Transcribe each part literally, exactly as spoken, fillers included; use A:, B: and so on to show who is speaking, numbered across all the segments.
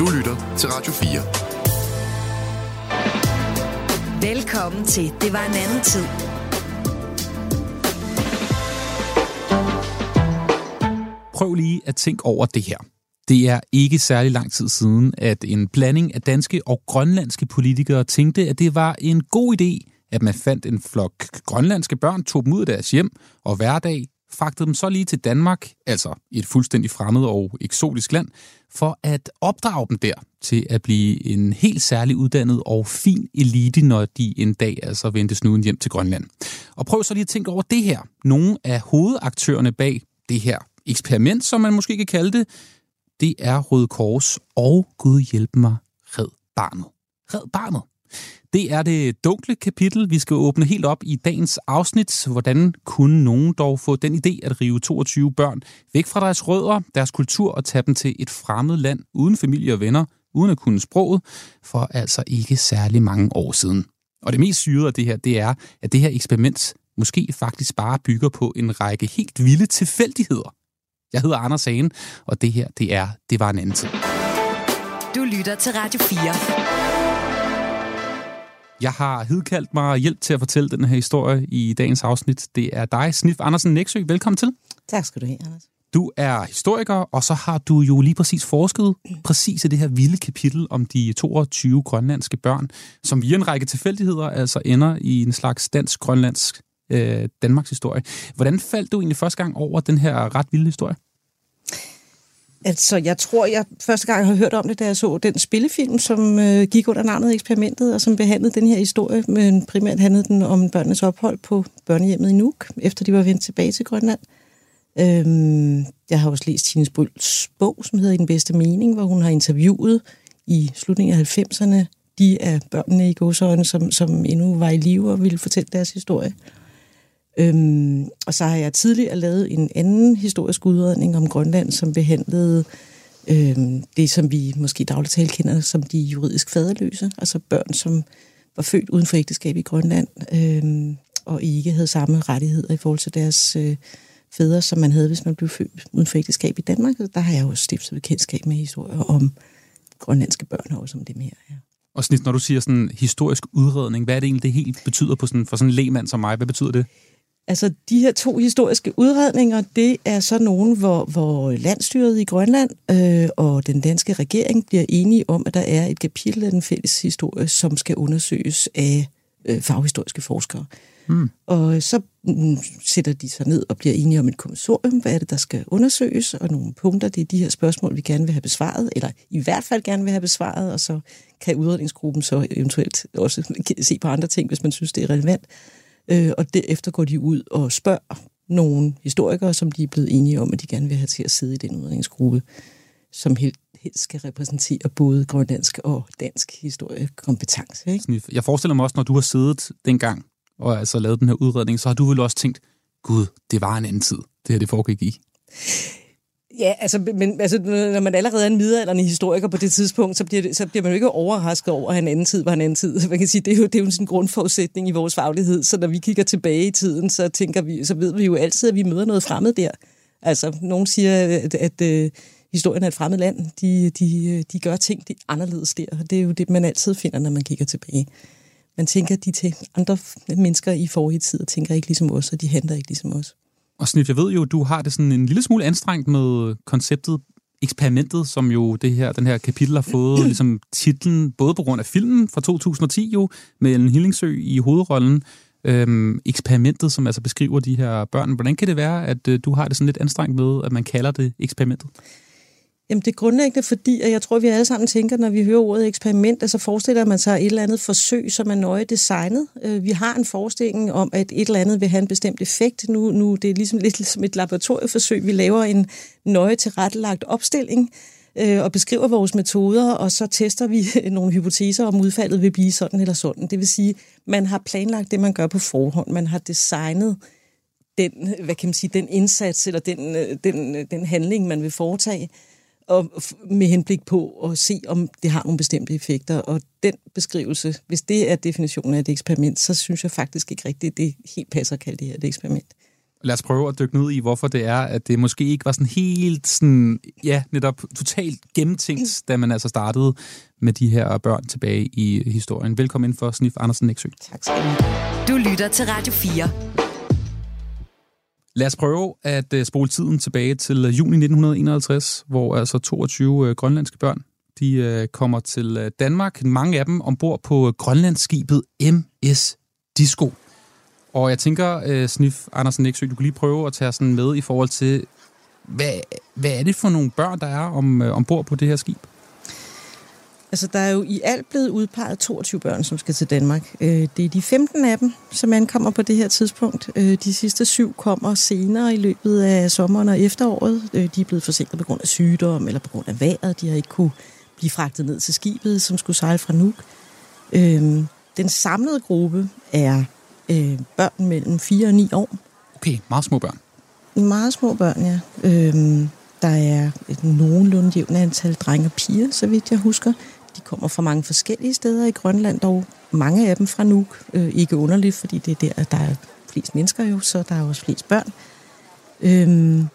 A: Du lytter til Radio fire.
B: Velkommen til Det var en anden tid.
C: Prøv lige at tænke over det her. Det er ikke særlig lang tid siden, at en blanding af danske og grønlandske politikere tænkte, at det var en god idé, at man fandt en flok grønlandske børn, tog dem ud af deres hjem og hverdag, fragtede dem så lige til Danmark, altså et fuldstændig fremmed og eksotisk land, for at opdrage dem der til at blive en helt særlig uddannet og fin elite, når de en dag altså vendte snuden hjem til Grønland. Og prøv så lige at tænke over det her. Nogle af hovedaktørerne bag det her eksperiment, som man måske kan kalde det, det er Røde Kors og, Gud hjælpe mig, Red Barnet. Red Barnet. Det er det dunkle kapitel, vi skal åbne helt op i dagens afsnit. Hvordan kunne nogen dog få den idé at rive toogtyve børn væk fra deres rødder, deres kultur og tage dem til et fremmed land uden familie og venner, uden at kunne sproget, for altså ikke særlig mange år siden. Og det mest syrede af det her, det er, at det her eksperiment måske faktisk bare bygger på en række helt vilde tilfældigheder. Jeg hedder Anders Hagen, og det her, det er Det var en anden tid.
B: Du lytter til Radio fire.
C: Jeg har hidkaldt mig hjælp til at fortælle den her historie i dagens afsnit. Det er dig, Snif Andersen Nexø. Velkommen til.
D: Tak skal du have, Anders.
C: Du er historiker, og så har du jo lige præcis forsket præcis i det her vilde kapitel om de toogtyve grønlandske børn, som via en række tilfældigheder altså ender i en slags dansk-grønlandsk øh, Danmarks historie. Hvordan faldt du egentlig første gang over den her ret vilde historie?
D: Altså, jeg tror, jeg første gang har hørt om det, da jeg så den spillefilm, som øh, gik under navnet Eksperimentet, og som behandlede den her historie, men primært handlede den om børnenes ophold på børnehjemmet i Nuuk, efter de var vendt tilbage til Grønland. Øhm, jeg har også læst Tine Bryls bog, som hedder I den bedste mening, hvor hun har interviewet i slutningen af halvfemserne de af børnene i gåseøjne, som, som endnu var i live og ville fortælle deres historie. Øhm, og så har jeg tidligere lavet en anden historisk udredning om Grønland, som behandlede øhm, det, som vi måske i daglig tale kender som de juridisk faderløse, altså børn, som var født uden for ægteskab i Grønland, øhm, og ikke havde samme rettigheder i forhold til deres øh, fædre, som man havde, hvis man blev født uden for ægteskab i Danmark. Der har jeg jo stiftet bekendtskab med historier om grønlandske børn, også om det mere, ja.
C: Og Snit, når du siger sådan historisk udredning, hvad er det egentlig, det helt betyder på sådan, for sådan en lægmand som mig? Hvad betyder det?
D: Altså, de her to historiske udredninger, det er så nogen, hvor, hvor landsstyret i Grønland øh, og den danske regering bliver enige om, at der er et kapitel af den fælles historie, som skal undersøges af øh, faghistoriske forskere. Hmm. Og så mm, sætter de sig ned og bliver enige om et kommissorium. Hvad er det, der skal undersøges? Og nogle punkter, det er de her spørgsmål, vi gerne vil have besvaret, eller i hvert fald gerne vil have besvaret, og så kan udredningsgruppen så eventuelt også se på andre ting, hvis man synes, det er relevant. Øh, og derefter går de ud og spørger nogle historikere, som de er blevet enige om, at de gerne vil have til at sidde i den udredningsgruppe, som helt, helt skal repræsentere både grønlandsk og dansk historiekompetence. Ikke?
C: Jeg forestiller mig også, når du har siddet dengang og altså lavet den her udredning, så har du vel også tænkt, gud, det var en anden tid, det her det foregik i.
D: Ja, altså, men, altså, når man allerede er en midaldrende historiker på det tidspunkt, så bliver, det, så bliver man jo ikke overrasket over, at en anden tid var en anden tid. Man kan sige, det er jo, det er jo sådan en grundforudsætning i vores faglighed, så når vi kigger tilbage i tiden, så, tænker vi, så ved vi jo altid, at vi møder noget fremmed der. Altså, nogen siger, at, at, at historien er et fremmed land. De, de, de gør ting de anderledes der, og det er jo det, man altid finder, når man kigger tilbage. Man tænker de til andre mennesker i forrige tid, og tænker ikke ligesom os, og de handler ikke ligesom os.
C: Og Snif, jeg ved jo, du har det sådan en lille smule anstrengt med konceptet eksperimentet, som jo det her, den her kapitel har fået ligesom titlen, både på grund af filmen fra to tusind og ti jo, med Ellen Hillingsø i hovedrollen. Øhm, eksperimentet, som altså beskriver de her børn. Hvordan kan det være, at øh, du har det sådan lidt anstrengt med, at man kalder det eksperimentet?
D: Jamen det er grundlæggende, fordi at jeg tror, vi alle sammen tænker, når vi hører ordet eksperiment, så forestiller man sig et eller andet forsøg, som er nøje designet. Vi har en forestilling om, at et eller andet vil have en bestemt effekt. Nu, nu det er ligesom lidt som et laboratorieforsøg. Vi laver en nøje tilrettelagt opstilling øh, og beskriver vores metoder, og så tester vi nogle hypoteser, om udfaldet vil blive sådan eller sådan. Det vil sige, man har planlagt det, man gør på forhånd. Man har designet den, hvad kan man sige, den indsats eller den, den, den handling, man vil foretage, og med henblik på at se, om det har nogle bestemte effekter. Og den beskrivelse, hvis det er definitionen af et eksperiment, så synes jeg faktisk ikke rigtigt, at det helt passer at kalde det her et eksperiment.
C: Lad os prøve at dykke ned i, hvorfor det er, at det måske ikke var sådan helt sådan, ja, netop totalt gennemtænkt, da man altså startede med de her børn tilbage i historien. Velkommen ind for Snif Andersen Nexø.
D: Tak skal du have.
B: Du lytter til Radio fire.
C: Lad os prøve at spole tiden tilbage til juni nitten enoghalvtreds, hvor altså toogtyve grønlandske børn, de kommer til Danmark. Mange af dem ombord på grønlandsskibet M S Disco. Og jeg tænker, Snif Andersen Nexø, du kan lige prøve at tage sådan med i forhold til, hvad, hvad er det for nogle børn, der er om, ombord på det her skib?
D: Altså, der er jo i alt blevet udpeget toogtyve børn, som skal til Danmark. Det er de femten af dem, som ankommer på det her tidspunkt. De sidste syv kommer senere i løbet af sommeren og efteråret. De er blevet forsinket på grund af sygdom eller på grund af vejret. De har ikke kunne blive fragtet ned til skibet, som skulle sejle fra Nuuk. Den samlede gruppe er børn mellem fire og ni år.
C: Okay, meget små børn.
D: Meget små børn, ja. Der er et nogenlunde jævnt antal drenge og piger, så vidt jeg husker. De kommer fra mange forskellige steder i Grønland, dog mange af dem fra Nuuk. Øh, ikke underligt, fordi det er der, der er flest mennesker jo, så der er også flest børn. Øhm,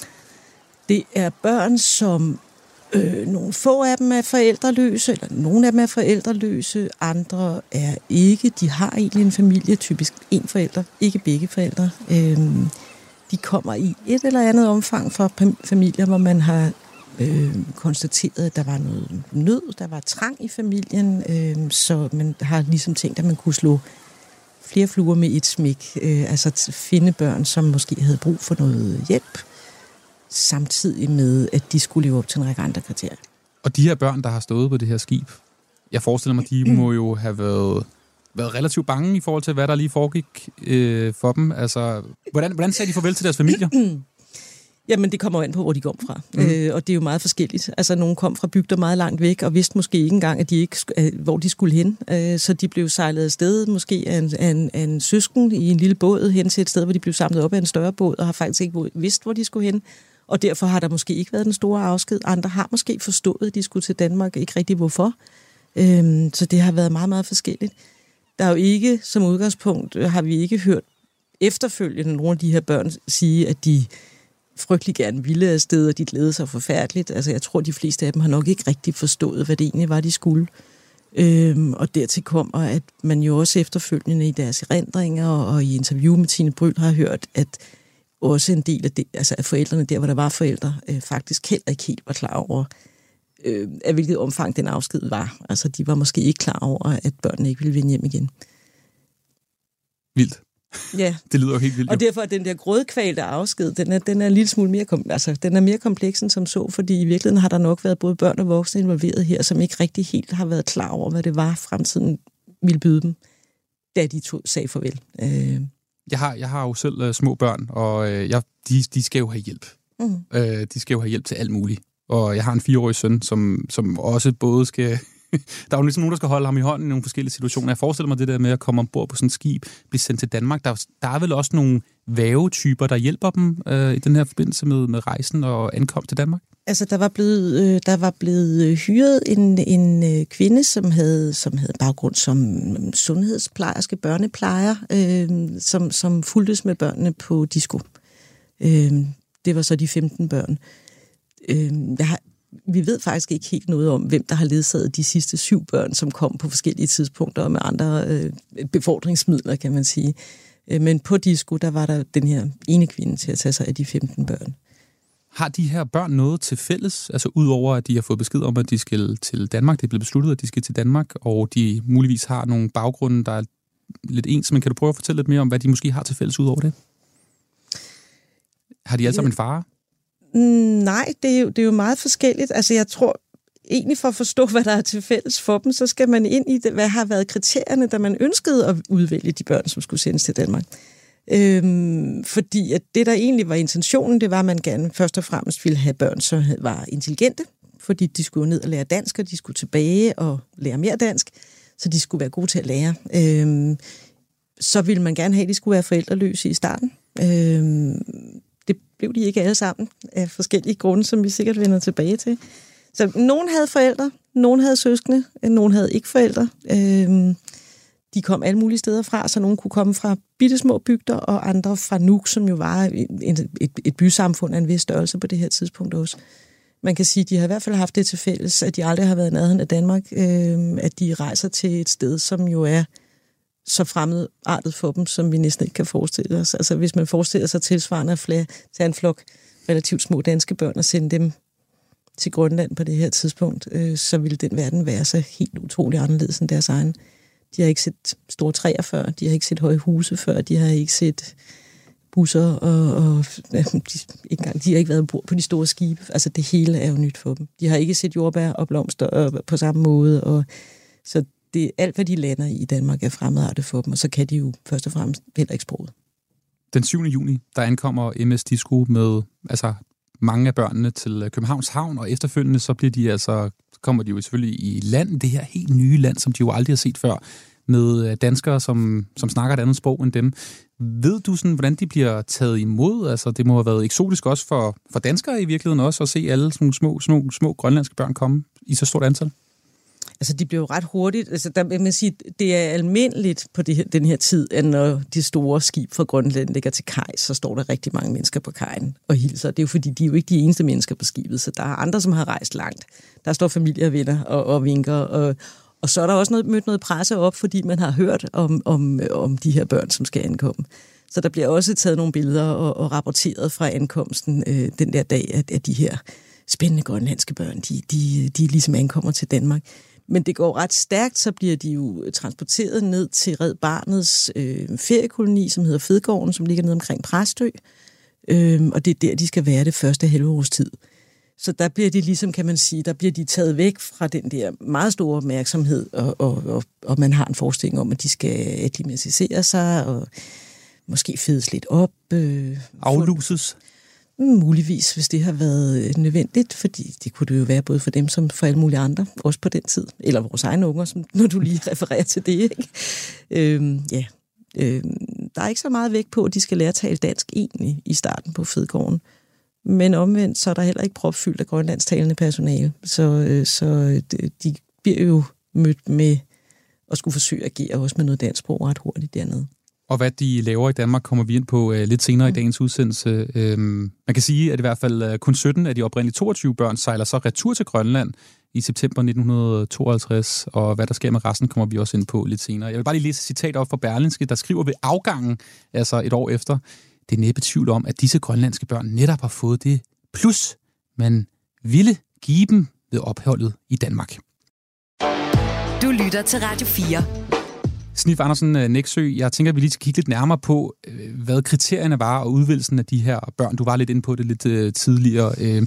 D: det er børn, som øh, nogle få af dem er forældreløse, eller nogle af dem er forældreløse, andre er ikke. De har egentlig en familie, typisk en forælder, ikke begge forældre. Øhm, de kommer i et eller andet omfang fra familier, hvor man har øh, konstateret, at der var noget nød, der var trang i familien, øh, så man har ligesom tænkt, at man kunne slå flere fluer med et smæk, øh, altså finde børn, som måske havde brug for noget hjælp, samtidig med, at de skulle leve op til en række andre kriterier.
C: Og de her børn, der har stået på det her skib, jeg forestiller mig, de må jo have været... været relativt bange i forhold til, hvad der lige foregik øh, for dem. Altså, hvordan, hvordan sagde de farvel til deres familier?
D: Jamen, det kommer an på, hvor de kom fra. Mm. Øh, og det er jo meget forskelligt. Altså, nogle kom fra bygder meget langt væk, og vidste måske ikke engang, at de ikke, hvor de skulle hen. Øh, så de blev sejlet afsted, måske af en, af, en, af en søsken i en lille båd, hen til et sted, hvor de blev samlet op af en større båd, og har faktisk ikke vidst, hvor de skulle hen. Og derfor har der måske ikke været den store afsked. Andre har måske forstået, at de skulle til Danmark, ikke rigtig hvorfor. Øh, så det har været meget, meget forskelligt. Der er jo ikke, som udgangspunkt, har vi ikke hørt efterfølgende nogle af de her børn sige, at de frygtelig gerne ville afsted, og de glædede sig forfærdeligt. Altså, jeg tror, de fleste af dem har nok ikke rigtig forstået, hvad det egentlig var, de skulle. Øhm, og dertil kommer, at man jo også efterfølgende i deres erindringer og i interview med Tine Bryl har hørt, at også en del af, det, altså af forældrene, der hvor der var forældre, øh, faktisk heller ikke helt var klar over, øh, af hvilket omfang den afsked var. Altså, de var måske ikke klar over, at børnene ikke ville vende hjem igen.
C: Vildt.
D: Ja.
C: Det lyder jo helt vildt.
D: Og derfor er den der grådkvalte afsked, den er, den er en lille smule mere, kom, altså, den er mere kompleks end som så, fordi i virkeligheden har der nok været både børn og voksne involveret her, som ikke rigtig helt har været klar over, hvad det var, fremtiden ville byde dem, da de to sagde farvel. Øh.
C: Jeg har, jeg har jo selv uh, små børn, og uh, jeg, de, de skal jo have hjælp. Mm. Uh, de skal jo have hjælp til alt muligt. Og jeg har en fireårig søn, som, som også både skal... Der er jo ligesom nogen, der skal holde ham i hånden i nogle forskellige situationer. Jeg forestiller mig det der med at komme ombord på sådan et skib, blive sendt til Danmark. Der, der er vel også nogle vævetyper, der hjælper dem øh, i den her forbindelse med, med rejsen og ankomst til Danmark? Altså,
D: der var blevet, øh, der var blevet hyret en, en øh, kvinde, som havde, som havde baggrund som sundhedsplejerske, børneplejer, øh, som, som fulgtes med børnene på disco. Øh, det var så de femten børn. Øh, jeg har Vi ved faktisk ikke helt noget om, hvem der har ledsaget de sidste syv børn, som kom på forskellige tidspunkter og med andre øh, befordringsmidler, kan man sige. Men på disco, der var der den her ene kvinde til at tage sig af de femten børn.
C: Har de her børn noget til fælles? Altså udover, at de har fået besked om, at de skal til Danmark, det er blevet besluttet, at de skal til Danmark, og de muligvis har nogle baggrunde, der er lidt ens, men kan du prøve at fortælle lidt mere om, hvad de måske har til fælles udover det? Har de alle sammen en far?
D: Nej, det er, jo, det er jo meget forskelligt. Altså, jeg tror egentlig for at forstå, hvad der er til fælles for dem, så skal man ind i det, hvad har været kriterierne, da man ønskede at udvælge de børn, som skulle sendes til Danmark. Øhm, fordi at det, der egentlig var intentionen, det var, at man gerne først og fremmest ville have børn, som var intelligente, fordi de skulle ned og lære dansk, og de skulle tilbage og lære mere dansk, så de skulle være gode til at lære. Øhm, så ville man gerne have, at de skulle være forældreløse i starten. Øhm, Det blev de ikke alle sammen af forskellige grunde, som vi sikkert vender tilbage til. Så nogen havde forældre, nogen havde søskende, nogen havde ikke forældre. Øhm, de kom alle mulige steder fra, så nogle kunne komme fra bittesmå bygder, og andre fra Nuuk, som jo var et, et, et bysamfund af en vis størrelse på det her tidspunkt også. Man kan sige, at de har i hvert fald haft det til fælles, at de aldrig har været i nærheden af Danmark, øh, at de rejser til et sted, som jo er så fremmedartet for dem, som vi næsten ikke kan forestille os. Altså hvis man forestiller sig tilsvarende at flere, tage en flok relativt små danske børn og sende dem til Grønland på det her tidspunkt, øh, så ville den verden være så helt utrolig anderledes end deres egen. De har ikke set store træer før, de har ikke set høje huse før, de har ikke set busser, og, og de, ikke engang, de har ikke været ombord på de store skibe. Altså det hele er jo nyt for dem. De har ikke set jordbær og blomster og, på samme måde, og så det, alt, hvad de lander i Danmark, er fremmedartet for dem, og så kan de jo først og fremmest heller ikke sproget.
C: Den syvende juni, der ankommer M S Disco med altså, mange af børnene til Københavns Havn, og efterfølgende så bliver de altså, kommer de jo selvfølgelig i land, det her helt nye land, som de jo aldrig har set før, med danskere, som, som snakker et andet sprog end dem. Ved du sådan, hvordan de bliver taget imod? Altså, det må have været eksotisk også for, for danskere i virkeligheden også, at se alle sådan små, små, små grønlandske børn komme i så stort antal.
D: Altså, de bliver jo ret hurtigt. Altså, der vil man sige, det er almindeligt på det her, den her tid, at når de store skib fra Grønland ligger til kaj, så står der rigtig mange mennesker på kajen og hilser. Det er jo fordi, de er jo ikke de eneste mennesker på skibet, så der er andre, som har rejst langt. Der står familie og venner og, og vinker, og, og så er der også noget, mødt noget presse op, fordi man har hørt om, om, om de her børn, som skal ankomme. Så der bliver også taget nogle billeder og, og rapporteret fra ankomsten øh, den der dag, at, at de her spændende grønlandske børn, de, de, de ligesom ankommer til Danmark. Men det går ret stærkt, så bliver de jo transporteret ned til Red Barnets øh, feriekoloni, som hedder Fedgården, som ligger nede omkring Præstø. Øh, og det er der, de skal være det første halve års tid. Så der bliver de ligesom, kan man sige, der bliver de taget væk fra den der meget store opmærksomhed, og, og, og, og man har en forestilling om, at de skal akklimatisere sig, og måske fedes lidt op. Øh,
C: Afluses?
D: Muligvis, hvis det har været nødvendigt, fordi det kunne det jo være både for dem som for alle mulige andre, også på den tid, eller vores egne unger, som, når du lige refererer til det, ikke? Øhm, ja. øhm, der er ikke så meget vægt på, at de skal lære at tale dansk egentlig i starten på Fedgården, men omvendt, så er der heller ikke propfyldt af grønlandstalende personale, så, øh, så de bliver jo mødt med at skulle forsøge at agere også med noget dansk sprog ret hurtigt dernede.
C: Og hvad de laver i Danmark, kommer vi ind på uh, lidt senere mm. i dagens udsendelse. Uh, man kan sige, at i hvert fald uh, kun sytten af de oprindelige toogtyve børn sejler så retur til Grønland i september nitten tooghalvtreds, og hvad der sker med resten, kommer vi også ind på lidt senere. Jeg vil bare lige læse et citat op fra Berlingske, der skriver ved afgangen, altså et år efter, det er næppe tvivl om, at disse grønlandske børn netop har fået det plus, man ville give dem ved opholdet i Danmark.
B: Du lytter til Radio fire.
C: Snif Andersen Nexø, jeg tænker, at vi lige skal kigge lidt nærmere på, hvad kriterierne var og udvælgelsen af de her børn. Du var lidt inde på det lidt uh, tidligere. Uh,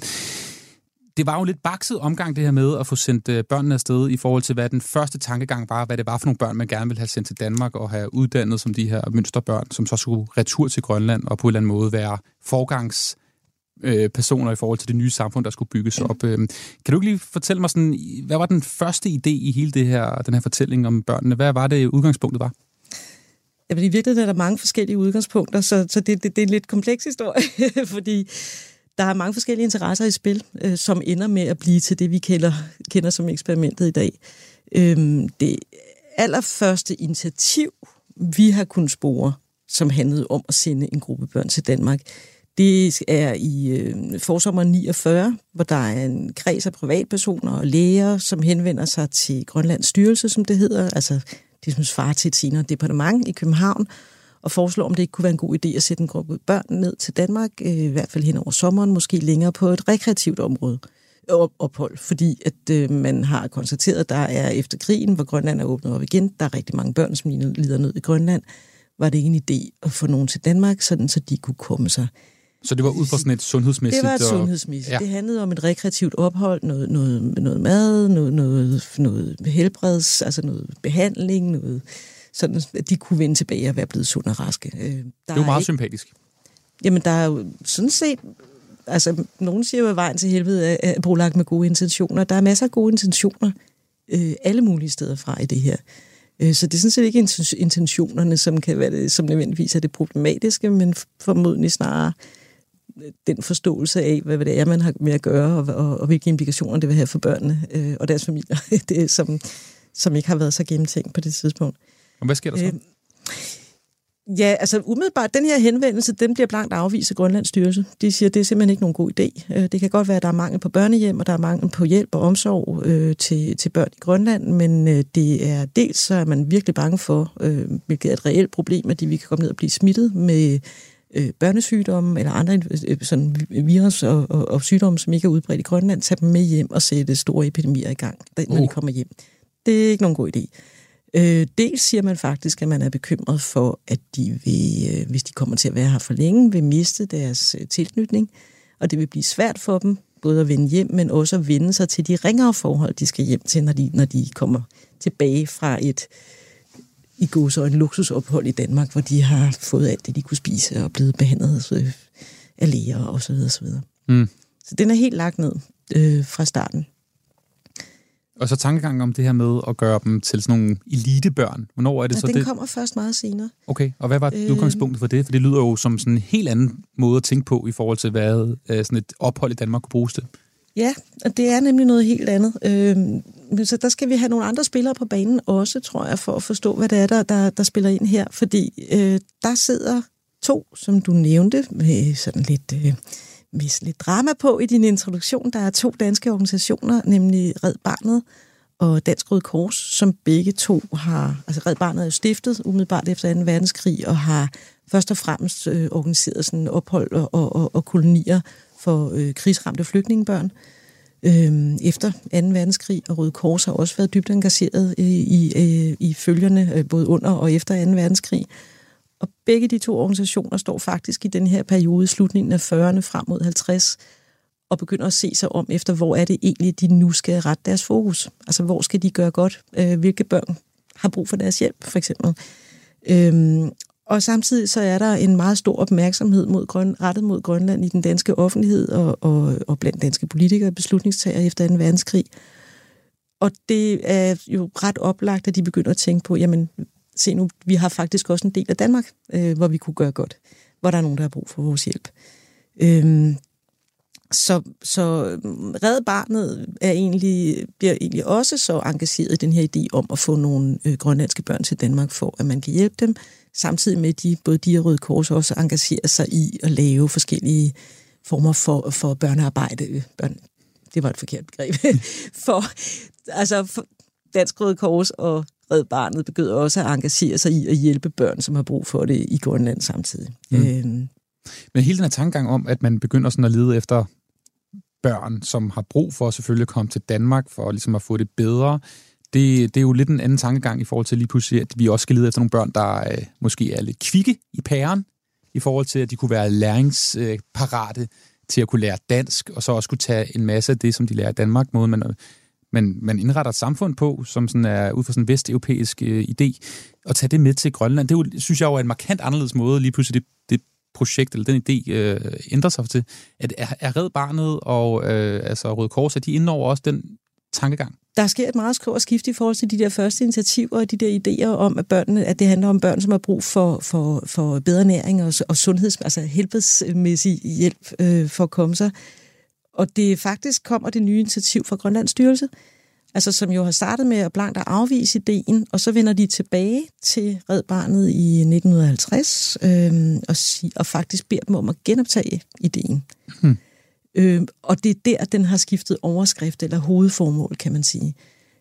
C: det var jo lidt bakset omgang, det her med at få sendt uh, børnene afsted i forhold til, hvad den første tankegang var, hvad det var for nogle børn, man gerne ville have sendt til Danmark og have uddannet som de her mønsterbørn, som så skulle retur til Grønland og på en eller anden måde være forgangs personer i forhold til det nye samfund, der skulle bygges op. Kan du ikke lige fortælle mig, sådan, hvad var den første idé i hele det her, den her fortælling om børnene? Hvad var det udgangspunktet var?
D: Ja, men i virkeligheden er der mange forskellige udgangspunkter, så, så det, det, det er en lidt kompleks historie, fordi der er mange forskellige interesser i spil, øh, som ender med at blive til det, vi kender, kender som eksperimentet i dag. Øhm, det allerførste initiativ, vi har kunnet spore, som handlede om at sende en gruppe børn til Danmark, det er i øh, forsommeren niogfyrre, hvor der er en kreds af privatpersoner og læger, som henvender sig til Grønlands Styrelse, som det hedder, altså det som svarer til et senere departement i København, og foreslår, om det ikke kunne være en god idé at sætte en gruppe børn ned til Danmark, øh, i hvert fald hen over sommeren, måske længere på et rekreativt område op- ophold, fordi at øh, man har konstateret, at der er efter krigen, hvor Grønland er åbnet op igen, der er rigtig mange børn, som lider nød i Grønland, var det ikke en idé at få nogen til Danmark, sådan så de kunne komme sig.
C: Så det var ud fra sådan et sundhedsmæssigt...
D: Det var et sundhedsmæssigt. Ja. Det handlede om et rekreativt ophold, noget, noget, noget mad, noget, noget, noget helbreds, altså noget behandling, noget, sådan at de kunne vende tilbage og være blevet sunde og raske. Der
C: det er jo meget ikke, sympatisk.
D: Jamen, der er jo sådan set... Altså, nogen siger jo, at vejen til helvede er brolagt med gode intentioner. Der er masser af gode intentioner øh, alle mulige steder fra i det her. Så det er sådan set ikke intentionerne, som kan være det, som nødvendigvis er det problematiske, men formodentlig snarere den forståelse af, hvad det er, man har med at gøre, og, og, og hvilke implikationer det vil have for børnene øh, og deres familier, det, som, som ikke har været så gennemtænkt på det tidspunkt.
C: Og hvad sker der så? Øh,
D: Ja, altså umiddelbart, den her henvendelse, den bliver blankt afvist af Grønlands Styrelse. De siger, at det er simpelthen ikke nogen god idé. Det kan godt være, at der er mangel på børnehjem, og der er mangel på hjælp og omsorg øh, til, til børn i Grønland, men øh, det er dels, så er man virkelig bange for, øh, hvilket er et reelt problem, at de vi kan komme ned og blive smittet med øh, børnesygdomme eller andre øh, sådan virus og, og, og sygdomme, som ikke er udbredt i Grønland, tage dem med hjem og sætte store epidemier i gang, når uh. de kommer hjem. Det er ikke nogen god idé. Øh, dels siger man faktisk, at man er bekymret for, at de vil, øh, hvis de kommer til at være her for længe, vil miste deres øh, tilknytning, og det vil blive svært for dem, både at vende hjem, men også at vende sig til de ringere forhold, de skal hjem til, når de, når de kommer tilbage fra et i gås og en luksusophold i Danmark, hvor de har fået alt det, de kunne spise, og blevet behandlet øh, af læger osv. osv. Mm. Så den er helt lagt ned øh, fra starten.
C: Og så tankegangen om det her med at gøre dem til sådan nogle elitebørn. Hvornår er det
D: ja,
C: så
D: den
C: det?
D: kommer først meget senere.
C: Okay, og hvad var øh... udgangspunktet for det? For det lyder jo som sådan en helt anden måde at tænke på, i forhold til, hvad sådan et ophold i Danmark kunne bruges til.
D: Ja, og det er nemlig noget helt andet. Øh, så der skal vi have nogle andre spillere på banen også, tror jeg, for at forstå, hvad det er, der, der, der spiller ind her. Fordi øh, der sidder to, som du nævnte, med sådan lidt... Øh, med lidt drama på i din introduktion. Der er to danske organisationer, nemlig Red Barnet og Dansk Røde Kors, som begge to har... Altså Red Barnet er jo stiftet umiddelbart efter anden verdenskrig, og har først og fremmest øh, organiseret sådan ophold og, og, og kolonier for øh, krigsramte flygtningebørn øh, efter anden verdenskrig, og Røde Kors har også været dybt engageret i, i, i, i følgerne, øh, både under og efter anden verdenskrig. Og begge de to organisationer står faktisk i den her periode, slutningen af fyrrerne frem mod halvtreds, og begynder at se sig om efter, hvor er det egentlig, de nu skal rette deres fokus. Altså, hvor skal de gøre godt? Hvilke børn har brug for deres hjælp, for eksempel? Øhm, og samtidig så er der en meget stor opmærksomhed mod Grøn, rettet mod Grønland i den danske offentlighed og, og, og blandt danske politikere og beslutningstagere efter anden verdenskrig. Og det er jo ret oplagt, at de begynder at tænke på, jamen, se nu, vi har faktisk også en del af Danmark, øh, hvor vi kunne gøre godt, hvor der er nogen, der har brug for vores hjælp. Øhm, så, så Red Barnet er egentlig, bliver egentlig også så engageret i den her idé om at få nogle øh, grønlandske børn til Danmark, for at man kan hjælpe dem, samtidig med, at de, både de og Røde Kors også engagerer sig i at lave forskellige former for, for børnearbejde. Børn, det var et forkert begreb. for, altså, for Dansk Røde Kors og Red Barnet begynder også at engagere sig i at hjælpe børn, som har brug for det i Grønland samtidig. Mm. Øhm.
C: Men hele den her tankegang om, at man begynder sådan at lede efter børn, som har brug for selvfølgelig at komme til Danmark, for ligesom at få det bedre, det, det er jo lidt en anden tankegang i forhold til lige pludselig, at vi også skal lede efter nogle børn, der øh, måske er lidt kvikke i pæren, i forhold til, at de kunne være læringsparate til at kunne lære dansk, og så også kunne tage en masse af det, som de lærer i Danmark, måden man... Men man indretter et samfund på, som sådan er ud fra sådan en vesteuropæisk øh, idé, og tage det med til Grønland. Det er jo, synes jeg jo er en markant anderledes måde, lige pludselig det, det projekt eller den idé øh, ændrer sig til. At er, er Red Barnet og øh, altså Røde Kors, er de inde over også den tankegang?
D: Der sker et meget stort skift i forhold til de der første initiativer og de der idéer om, at børnene, at det handler om børn, som har brug for, for, for bedre næring og, og sundheds, altså helbredsmæssig hjælp øh, for at komme sig. Og det faktisk kommer det nye initiativ fra Grønlands Styrelse, altså som jo har startet med at blankt at afvise ideen, og så vender de tilbage til Red Barnet i nitten halvtreds øh, og, sig, og faktisk beder dem om at genoptage ideen. Hmm. Øh, og det er der, den har skiftet overskrift eller hovedformål, kan man sige.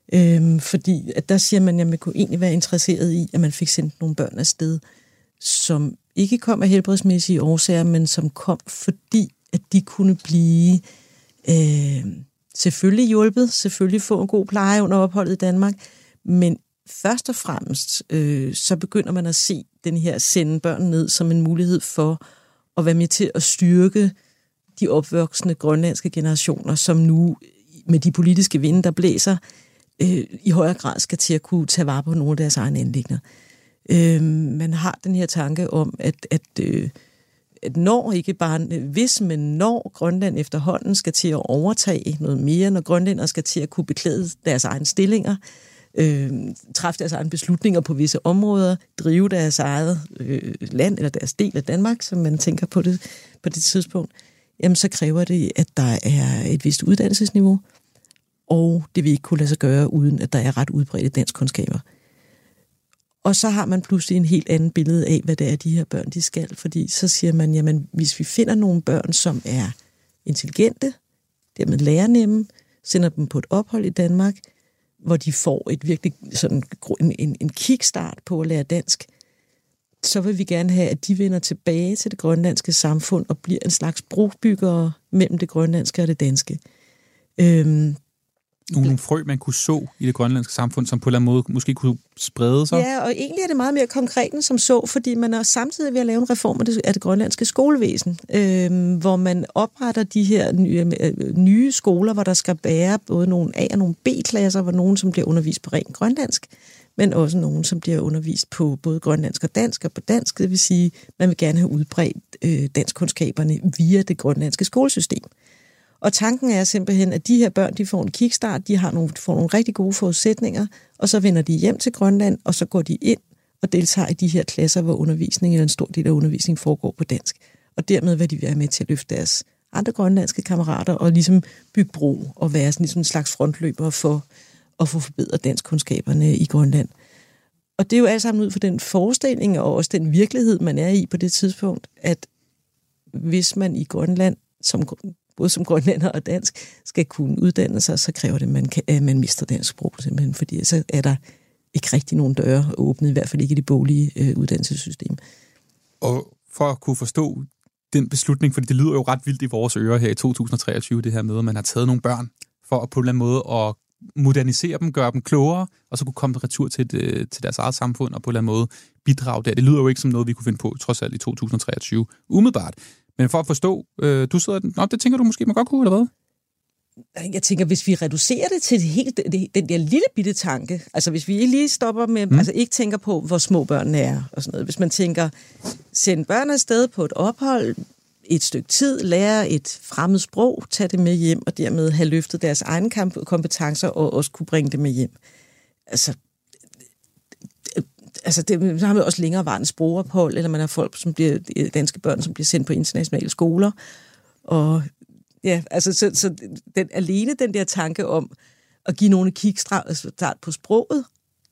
D: Øh, fordi at der siger man, at man kunne egentlig være interesseret i, at man fik sendt nogle børn afsted, som ikke kom af helbredsmæssige årsager, men som kom fordi, at de kunne blive øh, selvfølgelig hjulpet, selvfølgelig få en god pleje under opholdet i Danmark, men først og fremmest, øh, så begynder man at se den her sende børn ned som en mulighed for at være med til at styrke de opvoksende grønlandske generationer, som nu med de politiske vinde, der blæser, øh, i højere grad skal til at kunne tage vare på nogle af deres egne anliggender. Øh, man har den her tanke om, at, at øh, at når, ikke bare hvis, men når Grønland efterhånden skal til at overtage noget mere, når grønlændere skal til at kunne beklæde deres egne stillinger, øh, træffe deres egne beslutninger på visse områder, drive deres eget øh, land eller deres del af Danmark, som man tænker på det på det tidspunkt, jamen så kræver det, at der er et vist uddannelsesniveau, og det vil ikke kunne lade sig gøre, uden at der er ret udbredte danskkundskaber. Og så har man pludselig en helt anden billede af, hvad det er, de her børn de skal. Fordi så siger man, jamen hvis vi finder nogle børn, som er intelligente, dermed lærernemme, sender dem på et ophold i Danmark, hvor de får et virkelig sådan en, en, en kickstart på at lære dansk, så vil vi gerne have, at de vender tilbage til det grønlandske samfund og bliver en slags brobyggere mellem det grønlandske og det danske. Øhm,
C: Nogle frø, man kunne så i det grønlandske samfund, som på en eller anden måde måske kunne sprede sig?
D: Ja, og egentlig er det meget mere konkret end som så, fordi man er samtidig ved at lave en reform af det, af det grønlandske skolevæsen, øh, hvor man opretter de her nye, øh, nye skoler, hvor der skal bære både nogle A- og nogle B-klasser, hvor nogen, som bliver undervist på rent grønlandsk, men også nogen, som bliver undervist på både grønlandsk og dansk og på dansk. Det vil sige, man vil gerne have udbredt øh, danskkundskaberne via det grønlandske skolesystem. Og tanken er simpelthen, at de her børn, de får en kickstart, de har nogle, får nogle rigtig gode forudsætninger, og så vender de hjem til Grønland, og så går de ind og deltager i de her klasser, hvor undervisning eller en stor del af undervisningen foregår på dansk. Og dermed vil de være med til at løfte deres andre grønlandske kammerater og ligesom bygge bro og være sådan ligesom en slags frontløber for at få forbedret danskkundskaberne i Grønland. Og det er jo alt sammen ud fra den forestilling og også den virkelighed, man er i på det tidspunkt, at hvis man i Grønland som både som grønlænder og dansk, skal kunne uddanne sig, så kræver det, at man, kan, at man mister dansk sprog, simpelthen, fordi så er der ikke rigtig nogen døre åbnet, i hvert fald ikke i det boglige øh, uddannelsessystem.
C: Og for at kunne forstå den beslutning, fordi det lyder jo ret vildt i vores ører her i to tusind og treogtyve, det her med, at man har taget nogle børn for at på en eller anden måde at modernisere dem, gøre dem klogere, og så kunne komme retur til, et, til deres eget samfund, og på en eller anden måde bidrage der. Det lyder jo ikke som noget, vi kunne finde på, trods alt i to tusind og treogtyve, umiddelbart. Men for at forstå, øh, du sidder... Nå, det tænker du måske, man godt kunne, eller hvad?
D: Jeg tænker, hvis vi reducerer det til helt, det, den der lille bitte tanke, altså hvis vi lige stopper med, mm. altså ikke tænker på, hvor små børnene er, og sådan noget. Hvis man tænker, send børn afsted på et ophold, et stykke tid, lære et fremmed sprog, tage det med hjem, og dermed have løftet deres egne kompetencer, og også kunne bringe det med hjem. Altså... Altså, det, så har man også længerevarende sprogophold, eller man har folk, som bliver danske børn, som bliver sendt på internationale skoler. Og ja, altså, så, så den, alene den der tanke om at give nogle kickstart på sproget,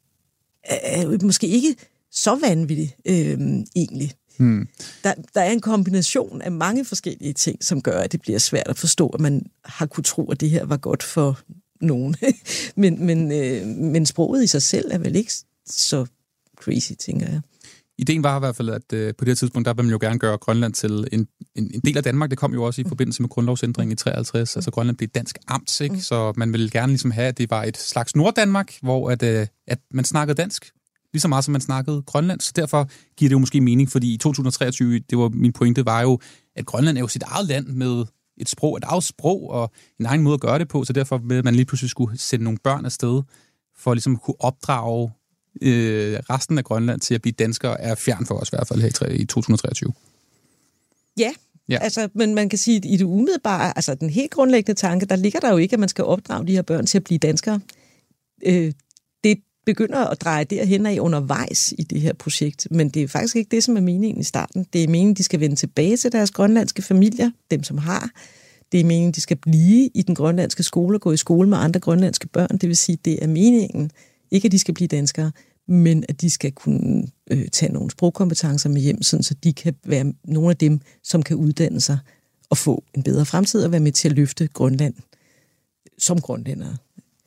D: er måske ikke så vanvittigt, øh, egentlig. Hmm. Der, der er en kombination af mange forskellige ting, som gør, at det bliver svært at forstå, at man har kunne tro, at det her var godt for nogen. men, men, øh, men sproget i sig selv er vel ikke så crazy, tænker jeg.
C: Ideen var i hvert fald, at øh, på det her tidspunkt, der vil man jo gerne gøre Grønland til en, en, en del af Danmark. Det kom jo også i forbindelse med grundlovsændringen i treoghalvtreds. Mm. Altså Grønland blev dansk amt, ikke? Mm. Så man ville gerne ligesom have, at det var et slags Norddanmark, hvor at, øh, at man snakkede dansk lige så meget, som man snakkede Grønland. Så derfor giver det jo måske mening, fordi i to tusind og treogtyve, det var min pointe, var jo, at Grønland er jo sit eget land med et sprog, et eget sprog og en egen måde at gøre det på, så derfor vil man lige pludselig skulle sende nogle børn afsted for ligesom at kunne opdrage Øh, resten af Grønland til at blive danskere er fjern for os i hvert fald her i to tusind og treogtyve.
D: Ja, ja. Altså, men man kan sige, at i det umiddelbare, altså den helt grundlæggende tanke, der ligger der jo ikke, at man skal opdrage de her børn til at blive danskere. Øh, det begynder at dreje derhen af undervejs i det her projekt, men det er faktisk ikke det, som er meningen i starten. Det er meningen, de skal vende tilbage til deres grønlandske familier, dem som har. Det er meningen, de skal blive i den grønlandske skole og gå i skole med andre grønlandske børn. Det vil sige, det er meningen. Ikke, at de skal blive danskere, men at de skal kunne øh, tage nogle sprogkompetencer med hjem, sådan så de kan være nogle af dem, som kan uddanne sig og få en bedre fremtid og være med til at løfte Grønland som grønlændere.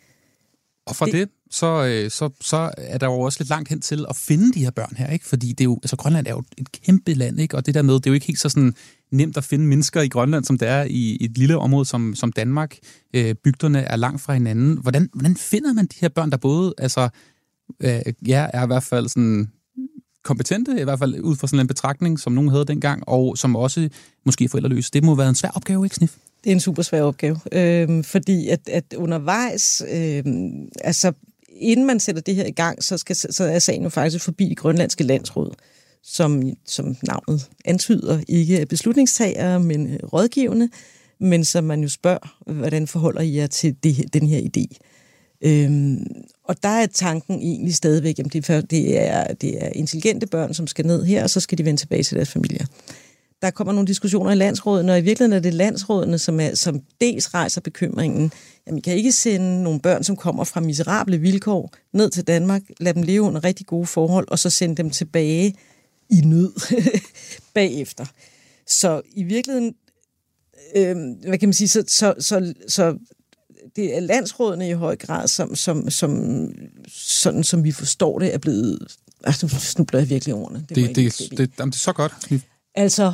C: Og for det, det så, øh, så, så er der jo også lidt langt hen til at finde de her børn her, ikke? Fordi det er jo, altså Grønland er jo et kæmpe land, ikke? Og det der med, det er jo ikke helt så sådan nemt at finde mennesker i Grønland, som det er i et lille område som, som Danmark. Øh, bygderne er langt fra hinanden. Hvordan, hvordan finder man de her børn, der både altså, øh, ja, er i hvert fald sådan kompetente, i hvert fald ud fra sådan en betragtning, som nogen havde dengang, og som også måske er forældreløse. Det må være en svær opgave, ikke, Snif?
D: Det er en super svær opgave, øh, fordi at, at undervejs, øh, altså inden man sætter det her i gang, så, skal, så er sagen jo faktisk forbi det grønlandske landsråd, som, som navnet antyder, ikke er beslutningstagere, men rådgivende, men som man jo spørger, hvordan forholder I jer til det, den her idé? Øhm, og der er tanken egentlig stadigvæk, at det er, det, er, det er intelligente børn, som skal ned her, og så skal de vende tilbage til deres familier. der kommer nogle diskussioner i landsrådene, og i virkeligheden er det landsrådene, som, er, som dels rejser bekymringen. Jamen, I kan ikke sende nogle børn, som kommer fra miserable vilkår, ned til Danmark, lade dem leve under rigtig gode forhold, og så sende dem tilbage i nød bagefter. Så i virkeligheden, øh, hvad kan man sige, så, så, så, så det er landsrådene i høj grad, som, som, som sådan som vi forstår det, er blevet... Altså, nu snubler jeg virkelig ordene.
C: Det, det, det, det, det, det er så godt.
D: Altså,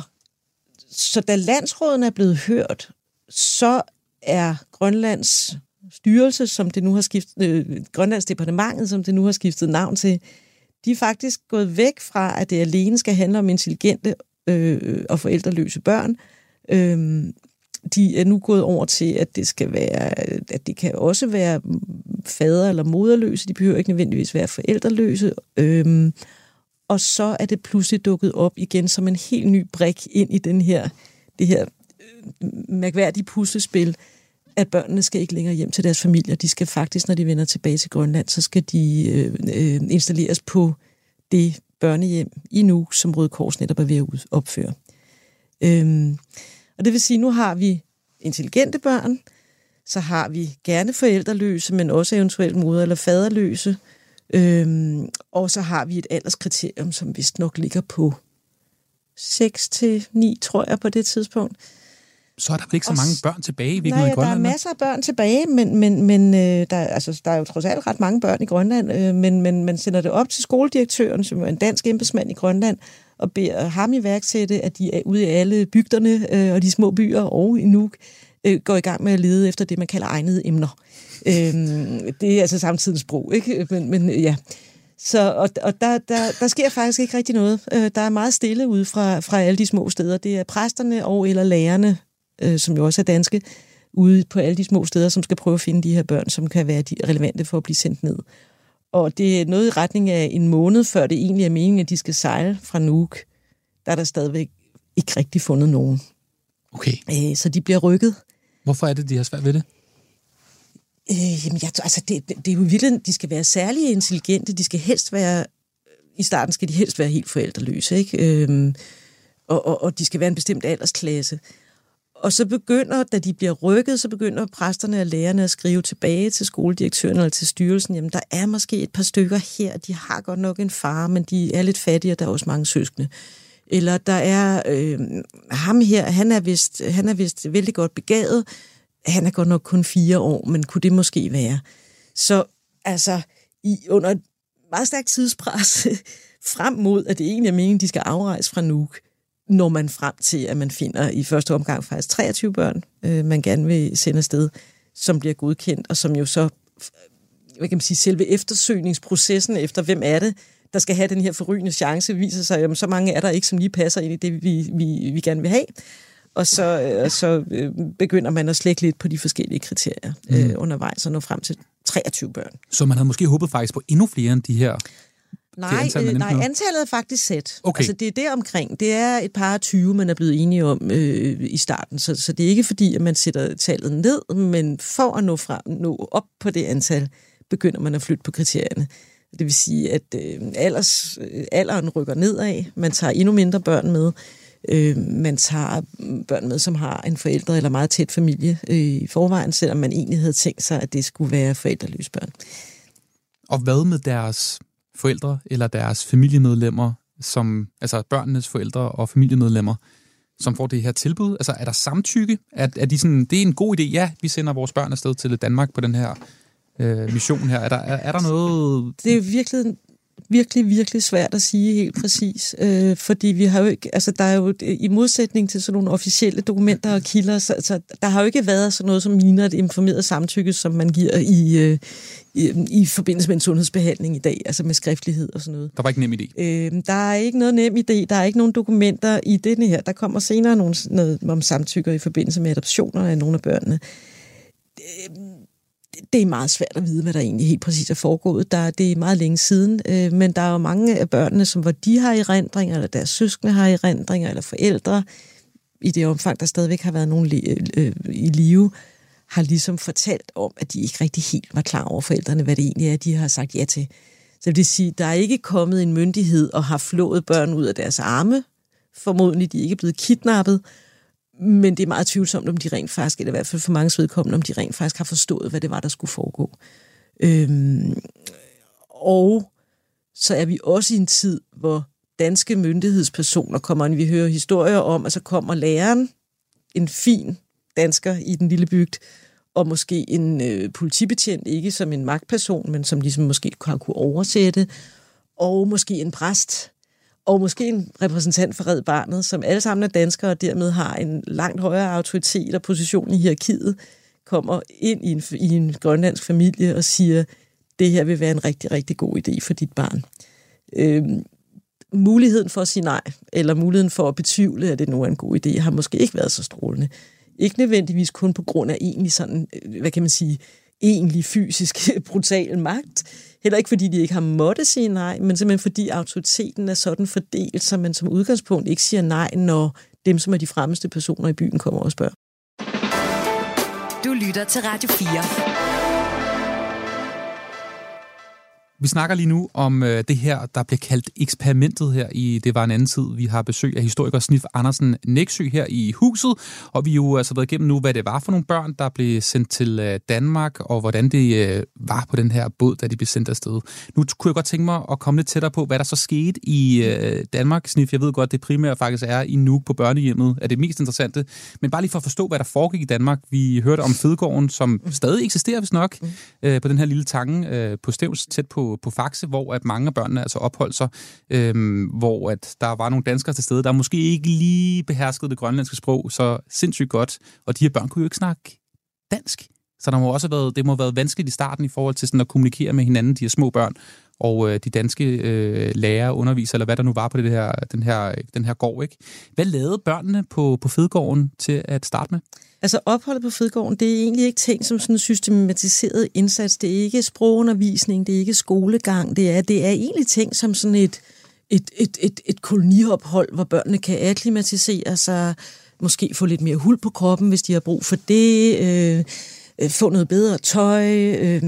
D: så da landsrådene er blevet hørt, så er Grønlands styrelse, som det nu har skiftet, øh, Grønlands departementet, som det nu har skiftet navn til, de er faktisk gået væk fra, at det alene skal handle om intelligente øh, og forældreløse børn. Øh, de er nu gået over til, at det skal være, at det kan også være fader- eller moderløse. De behøver ikke nødvendigvis være forældreløse. Øh, og så er det pludselig dukket op igen som en helt ny brik ind i den her, det her mærkværdige puslespil, at børnene skal ikke længere hjem til deres familier. De skal faktisk, når de vender tilbage til Grønland, så skal de øh, øh, installeres på det børnehjem i Nuuk, som Røde Kors netop er ved at opføre. Øhm, og det vil sige, nu har vi intelligente børn, så har vi gerne forældreløse, men også eventuelt moder- eller faderløse. Øhm, og så har vi et alderskriterium, som vist nok ligger på seks til ni, tror jeg, på det tidspunkt.
C: Så er der vel ikke så mange børn tilbage i
D: Nej,
C: i Grønland?
D: der er masser af børn tilbage, men, men, men øh, der, altså, der er jo trods alt ret mange børn i Grønland, øh, men, men man sender det op til skoledirektøren, som er en dansk embedsmand i Grønland, og beder ham iværksætte, at de er ude i alle bygderne øh, og de små byer og i Nuuk øh, går i gang med at lede efter det, man kalder egnede emner. Øh, det er altså samtidens sprog, ikke? Men, men ja... Så, og og der, der, der sker faktisk ikke rigtig noget. Øh, der er meget stille ude fra, fra alle de små steder. Det er præsterne og eller lærerne, øh, som jo også er danske, ude på alle de små steder, som skal prøve at finde de her børn, som kan være de relevante for at blive sendt ned. Og det er noget i retning af en måned, før det egentlig er meningen, at de skal sejle fra Nuuk. Der er der stadigvæk ikke rigtig fundet nogen.
C: Okay.
D: Øh, så de bliver rykket.
C: Hvorfor er det, de har svært ved det?
D: Øh, jamen, jeg, altså, det, det er jo virkelig, de skal være særlig intelligente, de skal helst være, i starten skal de helst være helt forældreløse, ikke? Øhm, og, og, og de skal være en bestemt aldersklasse. Og så begynder, da de bliver rykket, så begynder præsterne og lærerne at skrive tilbage til skoledirektøren eller til styrelsen, jamen, der er måske et par stykker her, de har godt nok en far, men de er lidt fattige, og der er også mange søskende. Eller der er øh, ham her, han er vist, han er vist vældig godt begavet. Han er godt nok kun fire år, men kunne det måske være? Så altså, i, under et meget stærkt tidspres frem mod, at det egentlig er meningen, de skal afrejse fra Nuuk, når man frem til, at man finder i første omgang faktisk treogtyve børn, øh, man gerne vil sende afsted, som bliver godkendt, og som jo så, hvad kan man sige, selve eftersøgningsprocessen efter, hvem er det, der skal have den her forrygende chance, viser sig, at så mange er der ikke, som lige passer ind i det, vi, vi, vi gerne vil have. Og så, øh, så øh, begynder man at slække lidt på de forskellige kriterier øh, mm. undervejs og nå frem til treogtyve børn.
C: Så man havde måske håbet faktisk på endnu flere end de her?
D: Nej, antal, øh, nej antallet er faktisk sæt.
C: Okay.
D: Altså, det er der omkring. Det er et par tyve, man er blevet enige om øh, i starten. Så, så det er ikke fordi, at man sætter tallet ned, men for at nå, frem, nå op på det antal, begynder man at flytte på kriterierne. Det vil sige, at øh, alders, øh, alderen rykker nedad. Man tager endnu mindre børn med. Øh, man tager børn med, som har en forældre eller meget tæt familie øh, i forvejen, selvom man egentlig havde tænkt sig, at det skulle være forældreløse børn.
C: Og hvad med deres forældre eller deres familiemedlemmer, som, altså børnenes forældre og familiemedlemmer, som får det her tilbud? Altså er der samtykke? Er, er de sådan, det er en god idé, ja, vi sender vores børn afsted til Danmark på den her øh, mission her. Er der, er, er der noget...
D: Det er virkelig... virkelig, virkelig svært at sige helt præcis, øh, fordi vi har jo ikke, altså der er jo, i modsætning til sådan nogle officielle dokumenter og kilder, så, så der har jo ikke været sådan noget, som ligner et informeret samtykke, som man giver i, øh, i, i forbindelse med en sundhedsbehandling i dag, altså med skriftlighed og sådan noget.
C: Der var ikke nem idé?
D: Øh, der er ikke noget nem idé, der er ikke nogen dokumenter i denne her. Der kommer senere nogen, noget om samtykker i forbindelse med adoptioner af nogle af børnene. Øh, Det er meget svært at vide, hvad der egentlig helt præcis er foregået. Der, det er meget længe siden, øh, men der er jo mange af børnene, som hvor de har erindringer, eller deres søskende har erindringer, eller forældre, i det omfang, der stadigvæk har været nogen øh, i live, har ligesom fortalt om, at de ikke rigtig helt var klar over forældrene, hvad det egentlig er, de har sagt ja til. Så det vil sige, der er ikke kommet en myndighed og har flået børn ud af deres arme, formodentlig, de ikke er blevet kidnappet, men det er meget tvivlsomt, om de rent faktisk, eller i hvert fald for mange vedkommende, om de rent faktisk har forstået, hvad det var, der skulle foregå. Øhm, og så er vi også i en tid, hvor danske myndighedspersoner kommer, og vi hører historier om, at så kommer læreren, en fin dansker i den lille bygd, og måske en øh, politibetjent, ikke som en magtperson, men som ligesom måske har kunne oversætte, og måske en præst, og måske en repræsentant for Red Barnet, som alle sammen er danskere, og dermed har en langt højere autoritet og position i hierarkiet, kommer ind i en, i en grønlandsk familie og siger, det her vil være en rigtig, rigtig god idé for dit barn. Øhm, muligheden for at sige nej, eller muligheden for at betvivle, at det nu er en god idé, har måske ikke været så strålende. Ikke nødvendigvis kun på grund af egentlig sådan, hvad kan man sige, egentlig fysisk brutal magt. Heller ikke fordi de ikke har måttet sige nej, men simpelthen fordi autoriteten er sådan fordelt, så man som udgangspunkt ikke siger nej, når dem, som er de fremmeste personer i byen, kommer og spørger.
B: Du lytter til Radio fire.
C: Vi snakker lige nu om øh, det her, der bliver kaldt eksperimentet her i Det var en anden tid. Vi har besøg af historiker Snif Andersen Nexø her i huset, og vi har jo altså været igennem nu, hvad det var for nogle børn, der blev sendt til øh, Danmark, og hvordan det øh, var på den her båd, da de blev sendt afsted. Nu kunne jeg godt tænke mig at komme lidt tættere på, hvad der så skete i øh, Danmark. Snif, jeg ved godt, det primært faktisk er i Nuuk på børnehjemmet, er det mest interessante. Men bare lige for at forstå, hvad der foregik i Danmark. Vi hørte om Fedgården, som stadig eksisterer, hvis nok, øh, på den her lille tange øh, på Stevns, tæt på på Faxe, hvor at mange af børnene altså opholdt sig, øhm, hvor at der var nogle danskere til stede, der måske ikke lige beherskede det grønlandske sprog så sindssygt godt, og de her børn kunne jo ikke snakke dansk. Så der må også have været, det må have været vanskeligt i starten i forhold til sådan at kommunikere med hinanden, de her små børn, og øh, de danske øh, lærere, undervisere, eller hvad der nu var på det her, den, her, den her gård, ikke? Hvad lavede børnene på, på Fedgården til at starte med?
D: Altså opholdet på Fedgården, det er egentlig ikke ting som sådan en systematiseret indsats. Det er ikke sprogundervisning, det er ikke skolegang. Det er, det er egentlig ting som sådan et, et, et, et, et koloniophold, hvor børnene kan akklimatisere sig, måske få lidt mere huld på kroppen, hvis de har brug for det, øh, få noget bedre tøj, øh,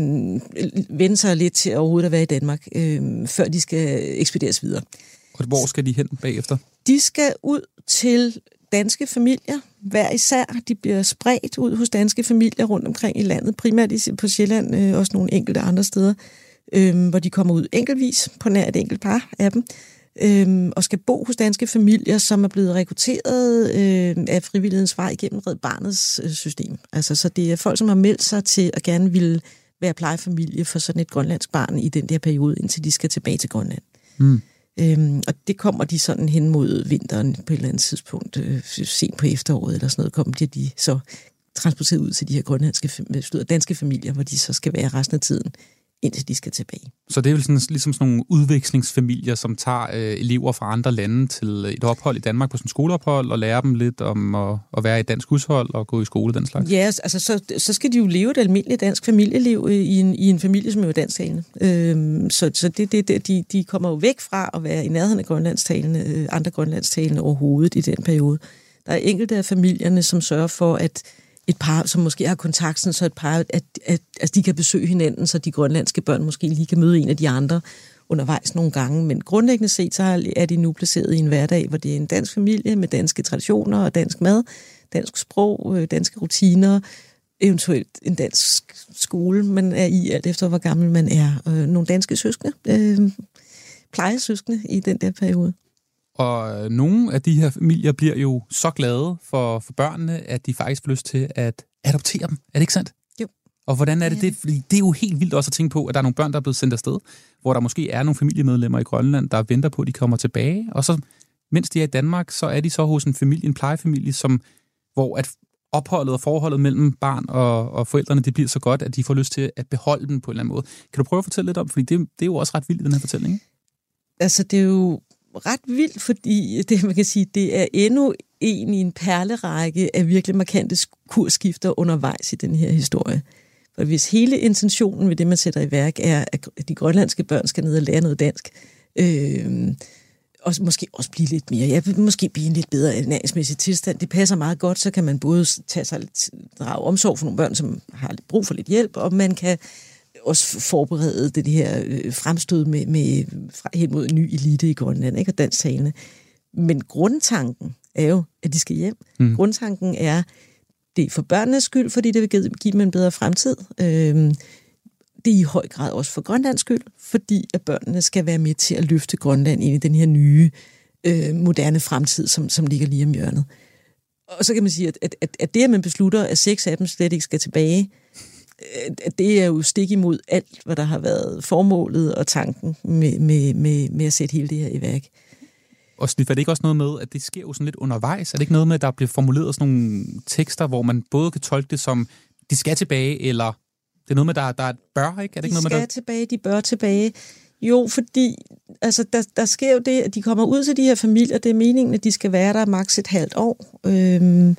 D: vende sig lidt til overhovedet at være i Danmark, øh, før de skal ekspederes videre.
C: Og hvor skal de hen bagefter?
D: De skal ud til danske familier, hver især. De bliver spredt ud hos danske familier rundt omkring i landet, primært på Sjælland, øh, også nogle enkelte andre steder, øh, hvor de kommer ud enkeltvis på nær et enkelt par af dem, øh, og skal bo hos danske familier, som er blevet rekrutteret øh, af frivillighedens vej gennem Red Barnets øh, system. Altså, så det er folk, som har meldt sig til at gerne ville være plejefamilie for sådan et grønlandsk barn i den der periode, indtil de skal tilbage til Grønland. Mm. Øhm, og det kommer de sådan hen mod vinteren på et eller andet tidspunkt, øh, sent på efteråret eller sådan noget, kommer de, de så transporteret ud til de her grønlandske, danske familier, hvor de så skal være resten af tiden, indtil de skal tilbage. Så
C: det er vel sådan, ligesom sådan nogle udvekslingsfamilier, som tager øh, elever fra andre lande til et ophold i Danmark på sådan et skoleophold, og lærer dem lidt om at, at være i et dansk hushold og gå i skole, den slags? Ja,
D: altså så, så skal de jo leve et almindeligt dansk familieliv i en, i en familie, som er jo dansktalende. Øhm, så så det, det, de, de kommer jo væk fra at være i nærheden af grønlandstalende, øh, andre grønlandstalende overhovedet i den periode. Der er enkelte af familierne, som sørger for, at et par, som måske har kontakt, så et par, at, at, at de kan besøge hinanden, så de grønlandske børn måske lige kan møde en af de andre undervejs nogle gange. Men grundlæggende set, så er de nu placeret i en hverdag, hvor det er en dansk familie med danske traditioner og dansk mad, dansk sprog, danske rutiner, eventuelt en dansk skole, man er i, alt efter hvor gammel man er. Nogle danske søskende, øh, plejesøskende i den der periode.
C: Og nogle af de her familier bliver jo så glade for, for børnene, at de faktisk får lyst til at adoptere dem. Er det ikke sandt?
D: Jo.
C: Og hvordan er det det? Fordi det er jo helt vildt også at tænke på, at der er nogle børn, der er blevet sendt afsted, hvor der måske er nogle familiemedlemmer i Grønland, der venter på, at de kommer tilbage. Og så, mens de er i Danmark, så er de så hos en familie, en plejefamilie, som, hvor at opholdet og forholdet mellem barn og, og forældrene, det bliver så godt, at de får lyst til at beholde dem på en eller anden måde. Kan du prøve at fortælle lidt om, fordi det, det er jo også ret vildt i den her fortælling, ikke?
D: Altså, det er jo ret vildt, fordi det, man kan sige, det er endnu en i en perlerække af virkelig markante kursskifter undervejs i den her historie. For hvis hele intentionen ved det, man sætter i værk, er, at de grønlandske børn skal ned og lære noget dansk, øh, og måske også blive lidt mere, ja, måske blive en lidt bedre ernæringsmæssig tilstand, det passer meget godt, så kan man både tage sig lidt, drage omsorg for nogle børn, som har brug for lidt hjælp, og man kan også forberede det her øh, fremstød med, med, hen mod en ny elite i Grønland, ikke? Og dansktalende. Men grundtanken er jo, at de skal hjem.
C: Mm.
D: Grundtanken er, det er for børnenes skyld, fordi det vil give dem en bedre fremtid. Øhm, det er i høj grad også for Grønlands skyld, fordi at børnene skal være med til at løfte Grønland ind i den her nye, øh, moderne fremtid, som, som ligger lige om hjørnet. Og så kan man sige, at, at, at, at det, at man beslutter, at seks af dem slet ikke skal tilbage, at det er jo stik imod alt, hvad der har været formålet og tanken med, med, med, med at sætte hele det her i værk.
C: Og Snif, er det ikke også noget med, at det sker jo sådan lidt undervejs? Er det ikke noget med, at der bliver formuleret sådan nogle tekster, hvor man både kan tolke det som, de skal tilbage, eller det er noget med, der, der er et bør, ikke? Er det
D: de
C: ikke noget med,
D: skal
C: der...
D: tilbage, de bør tilbage. Jo, fordi altså, der, der sker jo det, at de kommer ud til de her familier. Det er meningen, at de skal være der maks et halvt år. Øhm,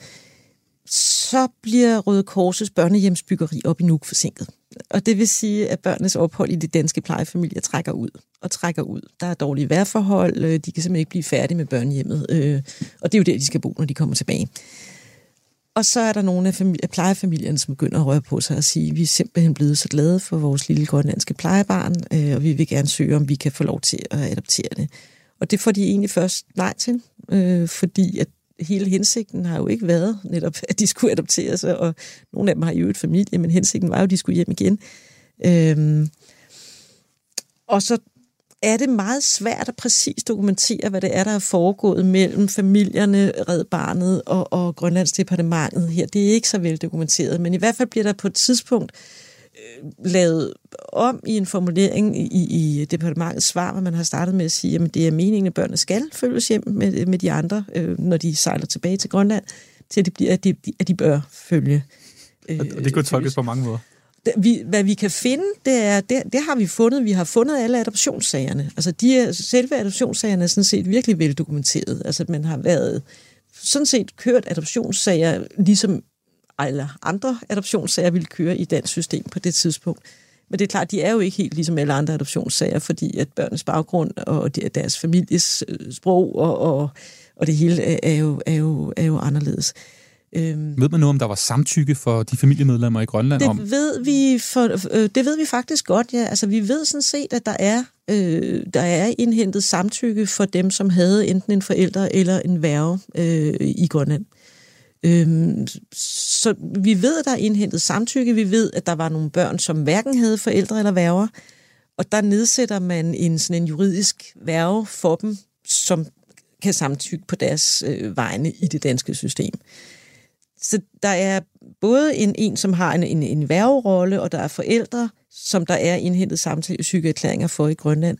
D: så bliver Røde Korsets børnehjemsbyggeri op i Nuuk forsinket. Og det vil sige, at børnenes ophold i de danske plejefamilier trækker ud og trækker ud. Der er dårlige vejrforhold, de kan simpelthen ikke blive færdige med børnehjemmet. Og det er jo der, de skal bo, når de kommer tilbage. Og så er der nogle af, familie, af plejefamilierne, som begynder at røre på sig og sige, at vi er simpelthen blevet så glade for vores lille grønlandske plejebarn, og vi vil gerne søge, om vi kan få lov til at adoptere det. Og det får de egentlig først nej til, fordi at hele hensigten har jo ikke været netop, at de skulle adopteres, og nogle af dem har jo et familie, men hensigten var jo, at de skulle hjem igen. Øhm, og så er det meget svært at præcis dokumentere, hvad det er, der er foregået mellem familierne, Red Barnet og, og Grønlandsdepartementet her. Det er ikke så vel dokumenteret, men i hvert fald bliver der på et tidspunkt øh, lavet om i en formulering i, i departementets svar, hvor man har startet med at sige, at det er meningen, at børnene skal følges hjem med, med de andre, øh, når de sejler tilbage til Grønland, til at, det bliver, at, de, at de bør følge.
C: Øh, og det kunne tolkes på mange måder.
D: Vi, hvad vi kan finde, det er, det, det har vi fundet. Vi har fundet alle adoptionssagerne. Altså, de er, selve adoptionssagerne er sådan set virkelig veldokumenteret. Altså, man har været sådan set kørt adoptionssager, ligesom alle andre adoptionssager ville køre i dansk system på det tidspunkt. Men det er klart, de er jo ikke helt ligesom alle andre adoptionssager, fordi at børnenes baggrund og deres families sprog og, og, og det hele er jo, er jo, er jo anderledes.
C: Øhm, ved man nu, om der var samtykke for de familiemedlemmer i Grønland?
D: Det
C: om?
D: ved vi for, øh, det ved vi faktisk godt, ja. Altså, vi ved sådan set, at der er, øh, der er indhentet samtykke for dem, som havde enten en forælder eller en værge øh, i Grønland. Øhm, så vi ved, at der er indhentet samtykke. Vi ved, at der var nogle børn, som hverken havde forældre eller værger. Og der nedsætter man en, sådan en juridisk værge for dem, som kan samtykke på deres øh, vegne i det danske system. Så der er både en, en som har en, en, en værgerolle, og der er forældre, som der er indhentet samtykkeerklæringer for i Grønland.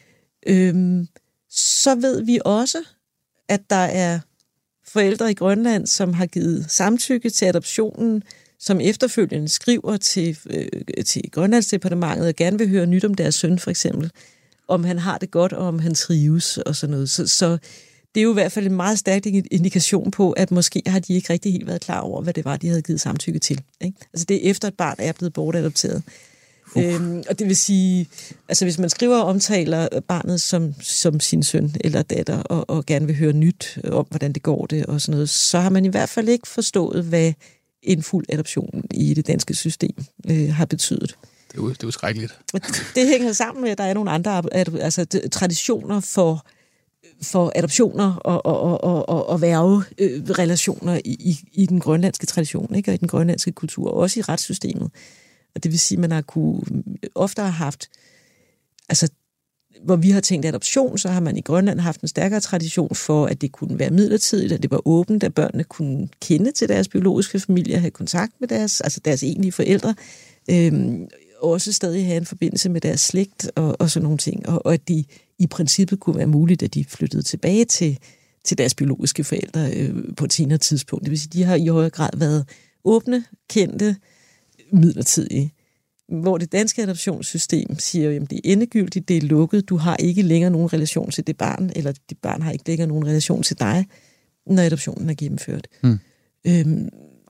D: Øhm, så ved vi også, at der er forældre i Grønland, som har givet samtykke til adoptionen, som efterfølgende skriver til, øh, til Grønlandsdepartementet og gerne vil høre nyt om deres søn, for eksempel. Om han har det godt, og om han trives og sådan noget. Så, så det er jo i hvert fald en meget stærk indikation på, at måske har de ikke rigtig helt været klar over, hvad det var, de havde givet samtykke til. Ikke? Altså det er efter, et barn er blevet bortadopteret. Uh. Øhm, og det vil sige, altså hvis man skriver og omtaler barnet som, som sin søn eller datter, og, og gerne vil høre nyt om, hvordan det går det og sådan noget, så har man i hvert fald ikke forstået, hvad en fuld adoption i det danske system øh, har betydet.
C: Det er jo, det er jo skrækkeligt.
D: Det hænger sammen med, at der er nogle andre altså, traditioner for for adoptioner og, og, og, og, og værgerelationer i, i, i den grønlandske tradition, ikke? Og i den grønlandske kultur, og også i retssystemet. Og det vil sige, at man har kunne, ofte har haft, altså hvor vi har tænkt adoption, så har man i Grønland haft en stærkere tradition for, at det kunne være midlertidigt, at det var åbent, at børnene kunne kende til deres biologiske familie, have kontakt med deres, altså deres egentlige forældre, øhm, også stadig have en forbindelse med deres slægt og, og sådan nogle ting, og, og at de i princippet kunne være muligt, at de flyttede tilbage til, til deres biologiske forældre øh, på et senere tidspunkt. Det vil sige, de har i højere grad været åbne, kendte, midlertidige. Hvor det danske adoptionssystem siger jo, at det er endegyldigt, det er lukket, du har ikke længere nogen relation til det barn, eller det barn har ikke længere nogen relation til dig, når adoptionen er gennemført. Mm. Øhm,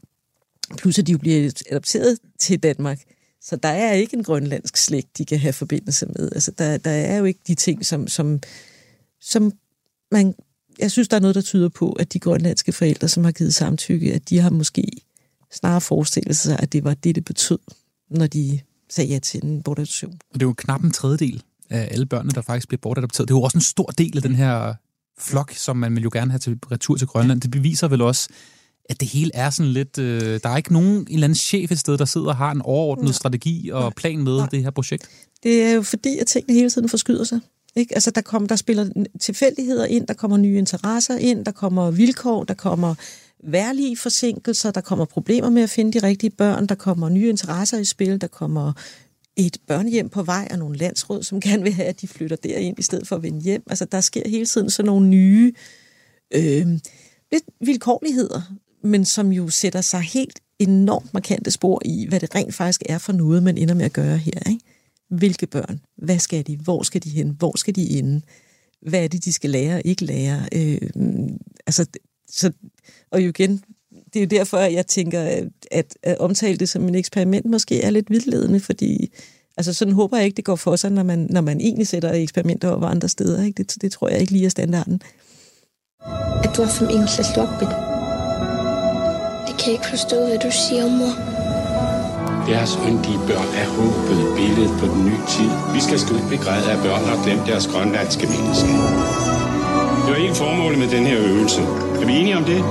D: plus at de jo bliver adopteret til Danmark, så der er ikke en grønlandsk slægt, de kan have forbindelse med. Altså, der, der er jo ikke de ting, som, som, som man... Jeg synes, der er noget, der tyder på, at de grønlandske forældre, som har givet samtykke, at de har måske snarere forestillet sig, at det var det, det betød, når de sagde ja til en bortadoption.
C: Og det er jo knap en tredjedel af alle børnene, der faktisk bliver bortadopteret. Det er jo også en stor del af den her flok, som man vil jo gerne have til retur til Grønland. Det beviser vel også, at det hele er sådan lidt... Øh, der er ikke nogen en eller anden chef et sted, der sidder og har en overordnet Nej. strategi og Nej. plan med Nej. det her projekt.
D: Det er jo fordi, at tingene hele tiden forskyder sig. Ikke? Altså, der, kommer, der spiller tilfældigheder ind, der kommer nye interesser ind, der kommer vilkår, der kommer vejrlige forsinkelser, der kommer problemer med at finde de rigtige børn, der kommer nye interesser i spil, der kommer et børnehjem på vej og nogle landsråd, som gerne vil have, at de flytter derind i stedet for at vende hjem. Altså, der sker hele tiden sådan nogle nye øh, lidt vilkårligheder, men som jo sætter sig helt enormt markante spor i, hvad det rent faktisk er for noget, man ender med at gøre her, ikke? Hvilke børn? Hvad skal de? Hvor skal de hen? Hvor skal de ende? Hvad er det, de skal lære og ikke lære? Øh, altså, så, og jo igen, det er jo derfor, at jeg tænker, at, at, at omtale det som en eksperiment måske er lidt vildledende, fordi altså, sådan håber jeg ikke, det går for sig, når man, når man egentlig sætter eksperimenter over andre steder. Ikke? Det, det tror jeg ikke lige er standarden.
A: At du har som engelsk loppet. Det kan jeg ikke forstå, hvad du siger, mor.
E: Deres yndige børn er håbet billedet på den nye tid. Vi skal sgu ikke begræde, at børn har glemt deres grønlandske menneske. Det var ikke formålet med den her øvelse. Er vi enige om det?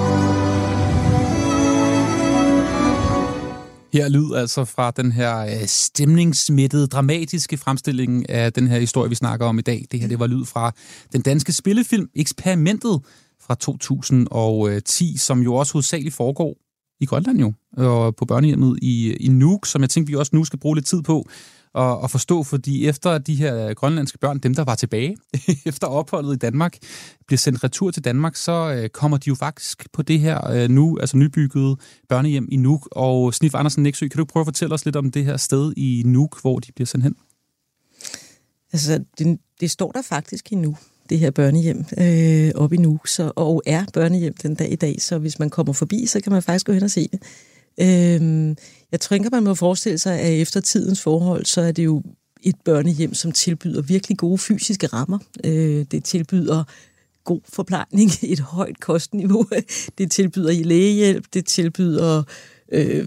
C: Her lyder altså fra den her stemningsmættede, dramatiske fremstilling af den her historie, vi snakker om i dag. Det her, det var lyd fra den danske spillefilm Eksperimentet fra to tusind og ti, som jo også hovedsageligt foregår i Grønland jo, og på børnehjemmet i, i Nuuk, som jeg tænkte, vi også nu skal bruge lidt tid på at, at forstå, fordi efter de her grønlandske børn, dem der var tilbage efter opholdet i Danmark, bliver sendt retur til Danmark, så øh, kommer de jo faktisk på det her øh, nu, altså nybyggede børnehjem i Nuuk. Og Snif Andersen Nexø, kan du prøve at fortælle os lidt om det her sted i Nuuk, hvor de bliver sendt hen?
D: Altså, det, det står der faktisk i Nuuk, det her børnehjem øh, oppe i Nuuk, så, og er børnehjem den dag i dag, så hvis man kommer forbi, så kan man faktisk gå hen og se det. Øh, jeg tænker, man må forestille sig, at efter tidens forhold, så er det jo et børnehjem, som tilbyder virkelig gode fysiske rammer. Øh, det tilbyder god forplejning, et højt kostniveau, det tilbyder lægehjælp, det tilbyder øh,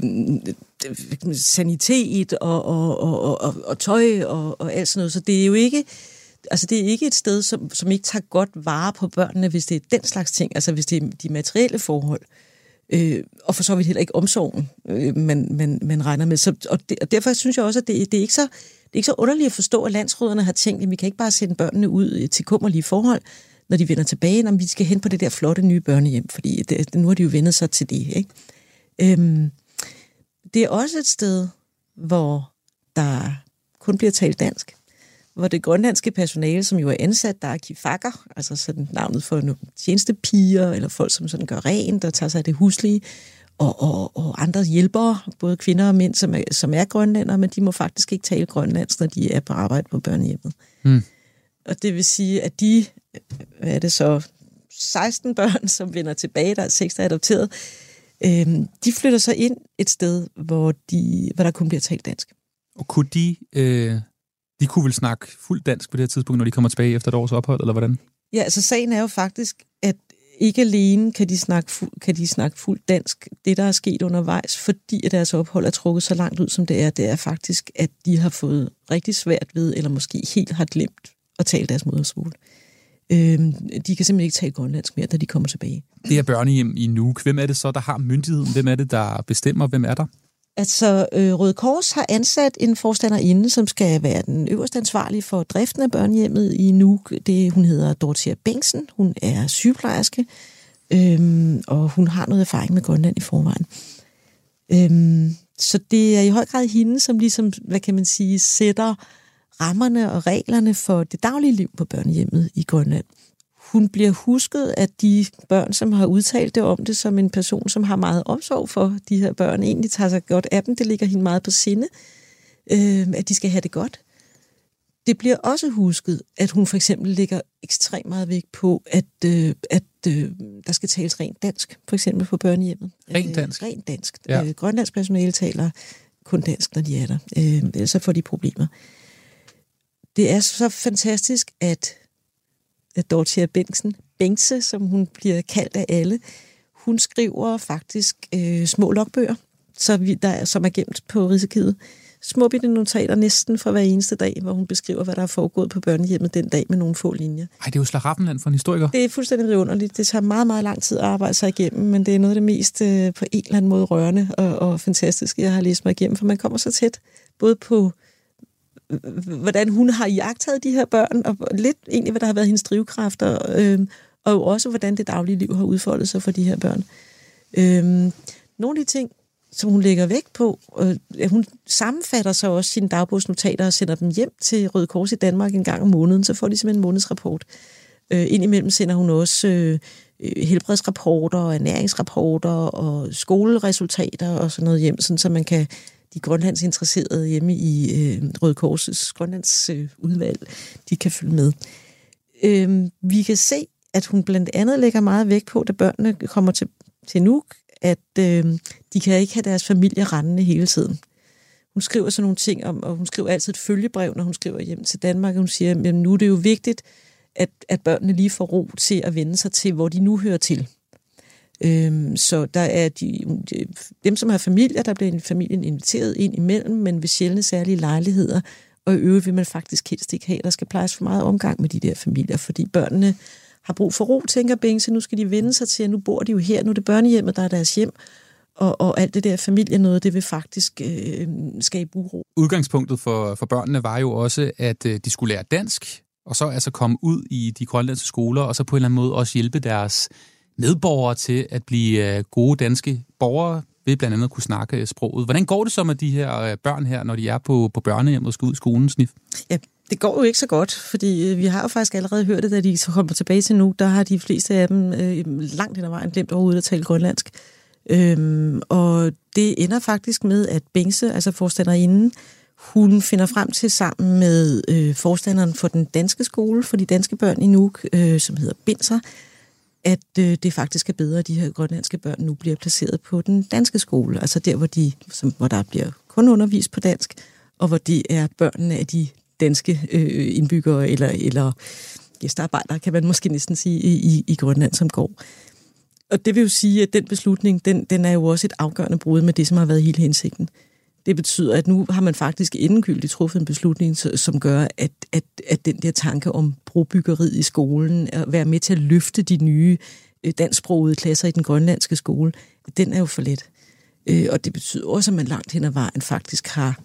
D: sanitet og, og, og, og, og tøj og, og alt sådan noget, så det er jo ikke Altså, det er ikke et sted, som, som ikke tager godt vare på børnene, hvis det er den slags ting, altså hvis det er de materielle forhold, øh, og for så vidt heller ikke omsorgen, øh, man, man, man regner med. Så, og, det, og derfor synes jeg også, at det, det, er ikke så, det er ikke så underligt at forstå, at landsråderne har tænkt, at vi kan ikke bare sende børnene ud til kummerlige forhold, når de vender tilbage, når vi skal hen på det der flotte nye børnehjem, fordi det, nu har de jo vendt sig til det, ikke? Øhm, det er også et sted, hvor der kun bliver talt dansk, hvor det grønlandske personale, som jo er ansat, der er kifakker, altså sådan navnet for nogle tjenestepiger, eller folk, som sådan gør rent, der tager sig af det huslige, og, og, og andre hjælpere, både kvinder og mænd, som er, som er grønlændere, men de må faktisk ikke tale grønlandsk, når de er på arbejde på børnehjemmet. Mm. Og det vil sige, at de, hvad er det så, seksten børn, som vender tilbage, der er seks, der er adopteret, øhm, de flytter sig ind et sted, hvor, de, hvor der kun bliver talt dansk.
C: Og kunne de... Øh De kunne vel snakke fuldt dansk på det her tidspunkt, når de kommer tilbage efter et års ophold, eller hvordan?
D: Ja, altså sagen er jo faktisk, at ikke alene kan de snakke, fu- kan de snakke fuldt dansk. Det, der er sket undervejs, fordi at deres ophold er trukket så langt ud, som det er, det er faktisk, at de har fået rigtig svært ved, eller måske helt har glemt at tale deres modersmål. Øhm, de kan simpelthen ikke tale grønlandsk mere, da de kommer tilbage.
C: Det er børnehjem i Nuuk. Hvem er det så, der har myndigheden? Hvem er det, der bestemmer? Hvem er der?
D: Altså, øh, Røde Kors har ansat en forstanderinde, som skal være den øverste ansvarlige for driften af børnehjemmet i Nuuk. Det, hun hedder Dorothea Bengtsen. Hun er sygeplejerske, øhm, og hun har noget erfaring med Grønland i forvejen. Øhm, så det er i høj grad hende, som ligesom, hvad kan man sige, sætter rammerne og reglerne for det daglige liv på børnehjemmet i Grønland. Hun bliver husket af de børn, som har udtalt det om det, som en person, som har meget omsorg for de her børn. Egentlig tager sig godt af dem. Det ligger hende meget på sinde, øh, at de skal have det godt. Det bliver også husket, at hun for eksempel lægger ekstremt meget vægt på, at, øh, at øh, der skal tales rent dansk, for eksempel på børnehjemmet.
C: Rent dansk?
D: Øh, rent dansk.
C: Ja.
D: Øh, Grønlands personale taler kun dansk, når de er der. Øh, ellers så får de problemer. Det er så fantastisk, at Dorothea Bengtsen, Bengtse, som hun bliver kaldt af alle, hun skriver faktisk øh, små logbøger, så vi, der, som er gemt på Rigsarkivet, små bitte notater næsten for hver eneste dag, hvor hun beskriver, hvad der er foregået på børnehjemmet den dag med nogle få linjer.
C: Ej, det er jo slaraffenland for en historiker.
D: Det er fuldstændig vidunderligt. Det tager meget, meget lang tid at arbejde sig igennem, men det er noget af det mest øh, på en eller anden måde rørende og, og fantastiske, jeg har læst mig igennem, for man kommer så tæt både på hvordan hun har iagttaget de her børn, og lidt egentlig, hvad der har været hendes drivkræfter, øh, og jo også, hvordan det daglige liv har udfoldet sig for de her børn. Øh, nogle af de ting, som hun lægger vægt på, øh, hun sammenfatter så også sine dagbogsnotater og sender dem hjem til Røde Kors i Danmark en gang om måneden, så får de simpelthen en månedsrapport. Øh, indimellem sender hun også øh, helbredsrapporter og ernæringsrapporter og skoleresultater og sådan noget hjem, sådan, så man kan de grønlandsinteresserede hjemme i øh, Røde Korsets Grønlands øh, udvalg, de kan følge med. Øh, vi kan se, at hun blandt andet lægger meget vægt på, da børnene kommer til, til Nuuk, at øh, de kan ikke have deres familie rendende hele tiden. Hun skriver sådan nogle ting om, og hun skriver altid et følgebrev, når hun skriver hjem til Danmark, og hun siger, at nu er det jo vigtigt, at, at børnene lige får ro til at vende sig til, hvor de nu hører til. Øhm, så der er de, de, dem, som har familier, der bliver familien inviteret ind imellem, men ved sjældne særlige lejligheder, og i øvrigt vil man faktisk helst ikke have, der skal plejes for meget omgang med de der familier, fordi børnene har brug for ro, tænker Bengse, nu skal de vende sig til, at nu bor de jo her, nu er det børnehjemmet, der er deres hjem, og, og alt det der familie noget, det vil faktisk øh, skabe uro.
C: Udgangspunktet for, for børnene var jo også, at øh, de skulle lære dansk, og så altså komme ud i de grønlandske skoler, og så på en eller anden måde også hjælpe deres medborgere til at blive gode danske borgere, ved blandt andet at kunne snakke sproget. Hvordan går det så med de her børn her, når de er på, på børnehjemmet og skal ud i skolen, Snif?
D: Ja, det går jo ikke så godt, fordi vi har jo faktisk allerede hørt det, da de så kommer tilbage til nu, der har de fleste af dem øh, langt hen ad vejen glemt overhovedet at tale grønlandsk. Øhm, og det ender faktisk med, at Bengse, altså forstanderinden, hun finder frem til sammen med øh, forstanderen for den danske skole, for de danske børn i Nuuk, øh, som hedder Binser, at øh, det faktisk er bedre, at de her grønlandske børn nu bliver placeret på den danske skole. Altså der, hvor, de, som, hvor der bliver kun undervist på dansk, og hvor det er børnene af de danske øh, indbyggere, eller, eller gæstearbejdere, kan man måske næsten sige, i, i Grønland, som går. Og det vil jo sige, at den beslutning, den, den er jo også et afgørende brud med det, som har været hele hensigten. Det betyder, at nu har man faktisk endegyldigt truffet en beslutning, som gør, at, at, at den der tanke om brobyggeriet i skolen, at være med til at løfte de nye dansksprogede klasser i den grønlandske skole, den er jo for let. Og det betyder også, at man langt hen ad vejen faktisk har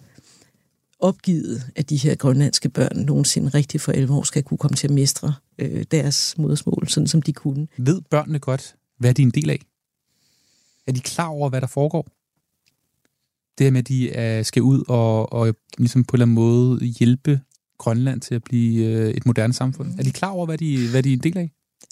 D: opgivet, at de her grønlandske børn nogensinde rigtig for elleve år skal kunne komme til at mestre deres modersmål, sådan som de kunne.
C: Ved børnene godt, hvad de er en del af? Er de klar over, hvad der foregår? Det her med, at de uh, skal ud og, og ligesom på en eller anden måde hjælpe Grønland til at blive uh, et moderne samfund. Mm. Er de klar over, hvad de, hvad de er en del af?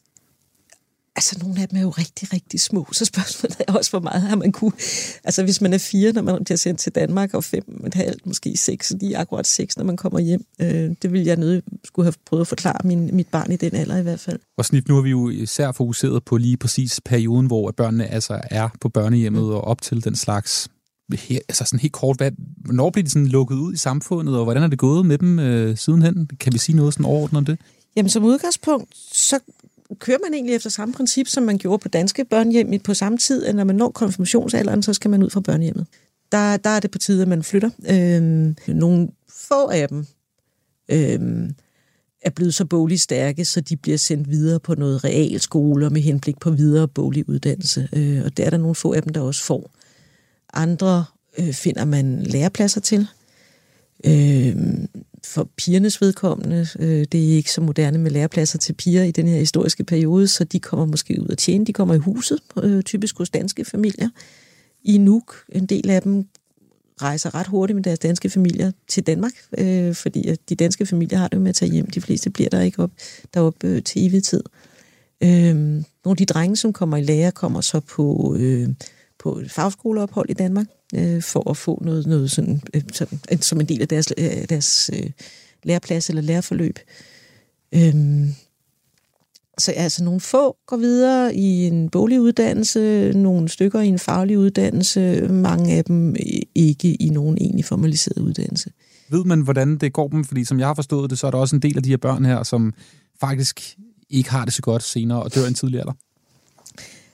D: Altså, nogle af dem er jo rigtig, rigtig små, så spørgsmålet er også, hvor meget har man kunne. Altså, hvis man er fire, når man bliver sendt til Danmark, og fem, et halvt, måske seks, de er akkurat seks, når man kommer hjem. Øh, det ville jeg nødt skulle have prøvet at forklare min, mit barn i den alder i hvert fald. Og
C: Snif, nu har vi jo især fokuseret på lige præcis perioden, hvor børnene altså er på børnehjemmet mm. og op til den slags. Her, altså sådan helt kort, hvad, hvornår bliver de sådan lukket ud i samfundet, og hvordan er det gået med dem øh, sidenhen? Kan vi sige noget sådan overordnet om det?
D: Jamen, som udgangspunkt, så kører man egentlig efter samme princip, som man gjorde på danske børnehjem på samme tid, at når man når konfirmationsalderen, så skal man ud fra børnehjemmet. Der, der er det på tide, at man flytter. Øhm, nogle få af dem øhm, er blevet så bogligt stærke, så de bliver sendt videre på noget realskole med henblik på videre boglig uddannelse. Øh, og der er der nogle få af dem, der også får. Andre øh, finder man lærepladser til. Øh, for pigernes vedkommende, øh, det er ikke så moderne med lærepladser til piger i den her historiske periode, så de kommer måske ud at tjene. De kommer i huset, øh, typisk hos danske familier. I Nuuk, en del af dem rejser ret hurtigt med deres danske familier til Danmark, øh, fordi de danske familier har det jo med at tage hjem. De fleste bliver der ikke op, deroppe øh, til evig tid. Øh, nogle af de drenge, som kommer i lære, kommer så på... Øh, på et fagskoleophold i Danmark, øh, for at få noget, noget sådan, øh, sådan, som en del af deres, øh, deres øh, læreplads eller læreforløb. Øhm, så altså nogle få går videre i en boglig uddannelse, nogle stykker i en faglig uddannelse, mange af dem ikke i nogen egentlig formaliseret uddannelse.
C: Ved man, hvordan det går dem? Fordi som jeg har forstået det, så er der også en del af de her børn her, som faktisk ikke har det så godt senere og dør en tidlig alder.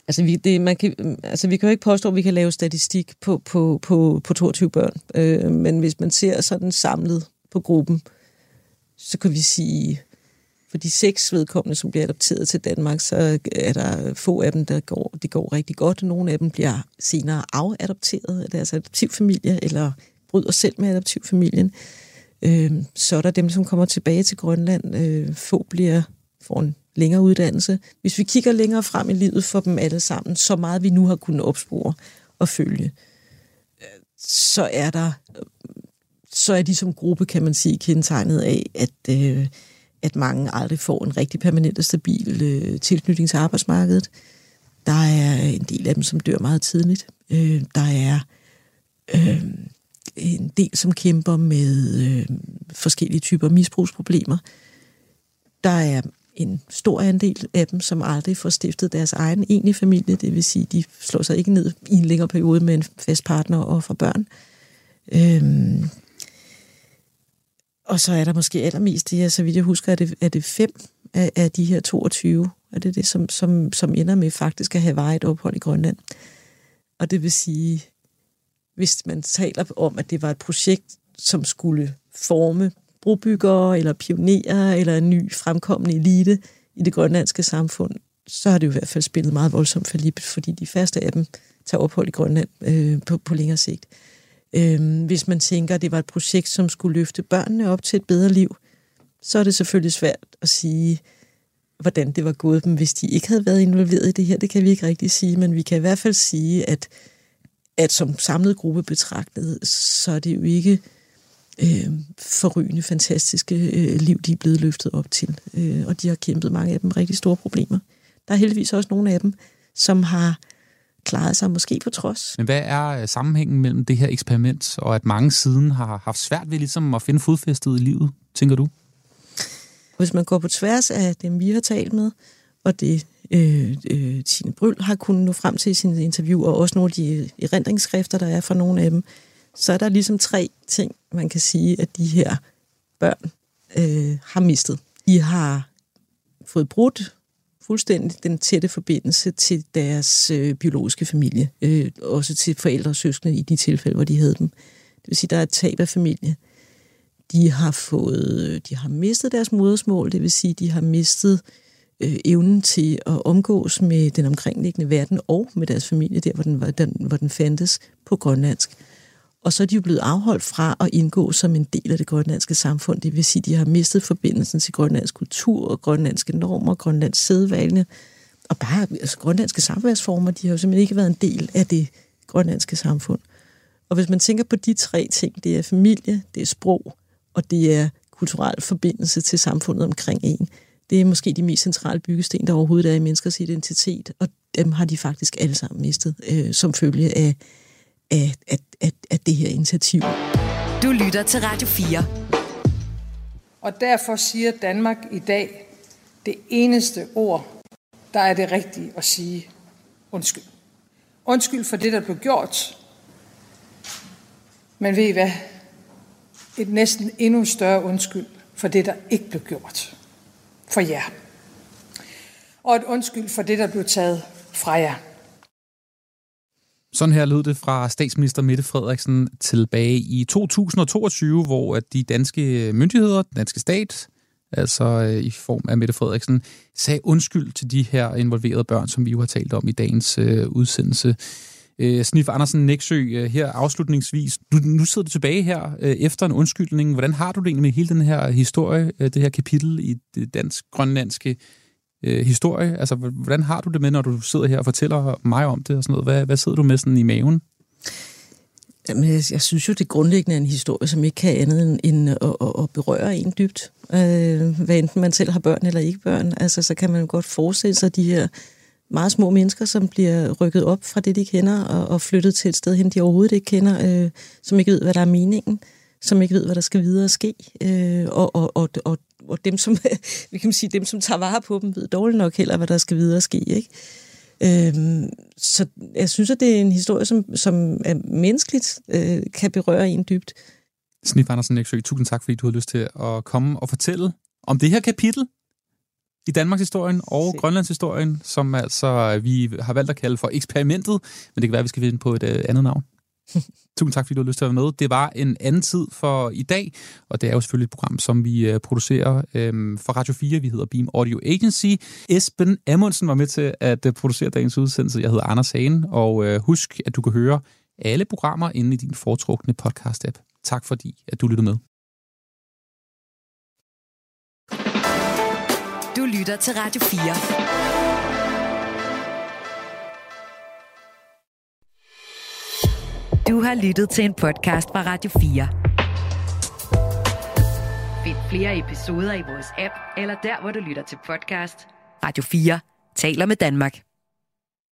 D: Altså, vi, det, man kan, altså, vi kan jo ikke påstå, at vi kan lave statistik på, på, på, på toogtyve børn. Øh, men hvis man ser sådan samlet på gruppen, så kan vi sige, for de seks vedkommende, som bliver adopteret til Danmark, så er der få af dem, der går, det går rigtig godt. Nogle af dem bliver senere afadopteret af deres adoptivfamilie, eller bryder selv med adoptivfamilien. Øh, så er der dem, som kommer tilbage til Grønland. Øh, få bliver, får en længere uddannelse. Hvis vi kigger længere frem i livet for dem alle sammen, så meget vi nu har kunnet opspore og følge, så er der, så er de som gruppe, kan man sige, kendetegnet af, at, øh, at mange aldrig får en rigtig permanent og stabil øh, tilknytning til arbejdsmarkedet. Der er en del af dem, som dør meget tidligt. Øh, der er øh, en del, som kæmper med øh, forskellige typer misbrugsproblemer. Der er en stor andel af dem, som aldrig får stiftet deres egen egentlige familie, det vil sige, de slår sig ikke ned i en længere periode med en fast partner og får børn. Øhm. Og så er der måske allermest det her, så vidt jeg husker, er det, er det fem af, af de her toogtyve, er det det, som, som, som ender med faktisk at have varigt ophold i Grønland. Og det vil sige, hvis man taler om, at det var et projekt, som skulle forme brobyggere, eller pionerer, eller en ny fremkommende elite i det grønlandske samfund, så har det jo i hvert fald spillet meget voldsomt fallit, fordi de færreste af dem tager ophold i Grønland øh, på, på længere sigt. Øh, hvis man tænker, at det var et projekt, som skulle løfte børnene op til et bedre liv, så er det selvfølgelig svært at sige, hvordan det var gået dem, hvis de ikke havde været involveret i det her. Det kan vi ikke rigtig sige, men vi kan i hvert fald sige, at, at som samlet gruppe betragtet, så er det jo ikke Øh, forrygende, fantastiske øh, liv, de er blevet løftet op til. Øh, og de har kæmpet, mange af dem, rigtig store problemer. Der er heldigvis også nogle af dem, som har klaret sig måske på trods.
C: Men hvad er sammenhængen mellem det her eksperiment, og at mange siden har haft svært ved ligesom at finde fodfæstet i livet, tænker du?
D: Hvis man går på tværs af dem, vi har talt med, og det øh, øh, Tine Bryld har kunnet nå frem til i sine interview, og også nogle af de erindringsskrifter, der er fra nogle af dem, så er der ligesom tre ting, man kan sige, at de her børn øh, har mistet. De har fået brudt fuldstændig den tætte forbindelse til deres øh, biologiske familie, øh, også til forældre og søskende i de tilfælde, hvor de havde dem. Det vil sige, der er et tab af familie. De har fået, de har mistet deres modersmål, det vil sige, de har mistet øh, evnen til at omgås med den omkringliggende verden og med deres familie, der hvor den, var, den, hvor den fandtes på grønlandsk. Og så er de jo blevet afholdt fra at indgå som en del af det grønlandske samfund. Det vil sige, at de har mistet forbindelsen til grønlandsk kultur og grønlandske normer, grønlandsk sædvane og bare altså, grønlandske samværsformer. De har jo simpelthen ikke været en del af det grønlandske samfund. Og hvis man tænker på de tre ting, det er familie, det er sprog og det er kulturel forbindelse til samfundet omkring en. Det er måske de mest centrale byggesten, der overhovedet er i menneskers identitet, og dem har de faktisk alle sammen mistet øh, som følge af Af, af, af, af det her initiativ.
B: Du lytter til Radio fire.
F: Og derfor siger Danmark i dag det eneste ord, der er det rigtige at sige undskyld. Undskyld for det, der blev gjort. Men ved I hvad? Et næsten endnu større undskyld for det, der ikke blev gjort. For jer. Og et undskyld for det, der blev taget fra jer.
C: Sådan her lød det fra statsminister Mette Frederiksen tilbage i to tusind og toogtyve, hvor at de danske myndigheder, den danske stat, altså i form af Mette Frederiksen, sagde undskyld til de her involverede børn, som vi jo har talt om i dagens øh, udsendelse. Øh, Snif Andersen Nexø, øh, her afslutningsvis. Du, nu sidder du tilbage her øh, efter en undskyldning. Hvordan har du det egentlig med hele den her historie, øh, det her kapitel i det dansk-grønlandske øh, historie? Altså, hvordan har du det med, når du sidder her og fortæller mig om det og sådan noget? Hvad, hvad sidder du med sådan i maven?
D: Jamen, jeg, jeg synes jo, det grundlæggende er en historie, som ikke kan andet end, end at, at, at berøre en dybt. Øh, hvad enten man selv har børn eller ikke børn. Altså, så kan man jo godt forestille sig de her meget små mennesker, som bliver rykket op fra det, de kender, og, og flyttet til et sted hen, de overhovedet ikke kender, øh, som ikke ved, hvad der er meningen, som ikke ved, hvad der skal videre ske. Øh, og, og, og, og, og dem, som, vi kan sige, dem, som tager vare på dem, ved dårligt nok heller, hvad der skal videre ske, ikke? Øhm, så jeg synes, at det er en historie, som, som er menneskeligt øh, kan berøre en dybt.
C: Snif Andersen Nexø, tusind tak, fordi du har lyst til at komme og fortælle om det her kapitel i Danmarks historien og Se. Grønlands historien, som altså vi har valgt at kalde for eksperimentet, men det kan være, at vi skal finde på et uh, andet navn. Tusind tak, fordi du har lyst til at være med. Det var en anden tid for i dag, og det er jo selvfølgelig et program, som vi uh, producerer um, for Radio fire. Vi hedder Beam Audio Agency. Esben Amundsen var med til at uh, producere dagens udsendelse. Jeg hedder Anders Hagen, og uh, husk, at du kan høre alle programmer inde i din foretrukne podcast-app. Tak fordi, at du lyttede med.
B: Du lytter til Radio fire. Du har lyttet til en podcast fra Radio fire. Find flere episoder i vores app, eller der, hvor du lytter til podcast. Radio fire taler med Danmark.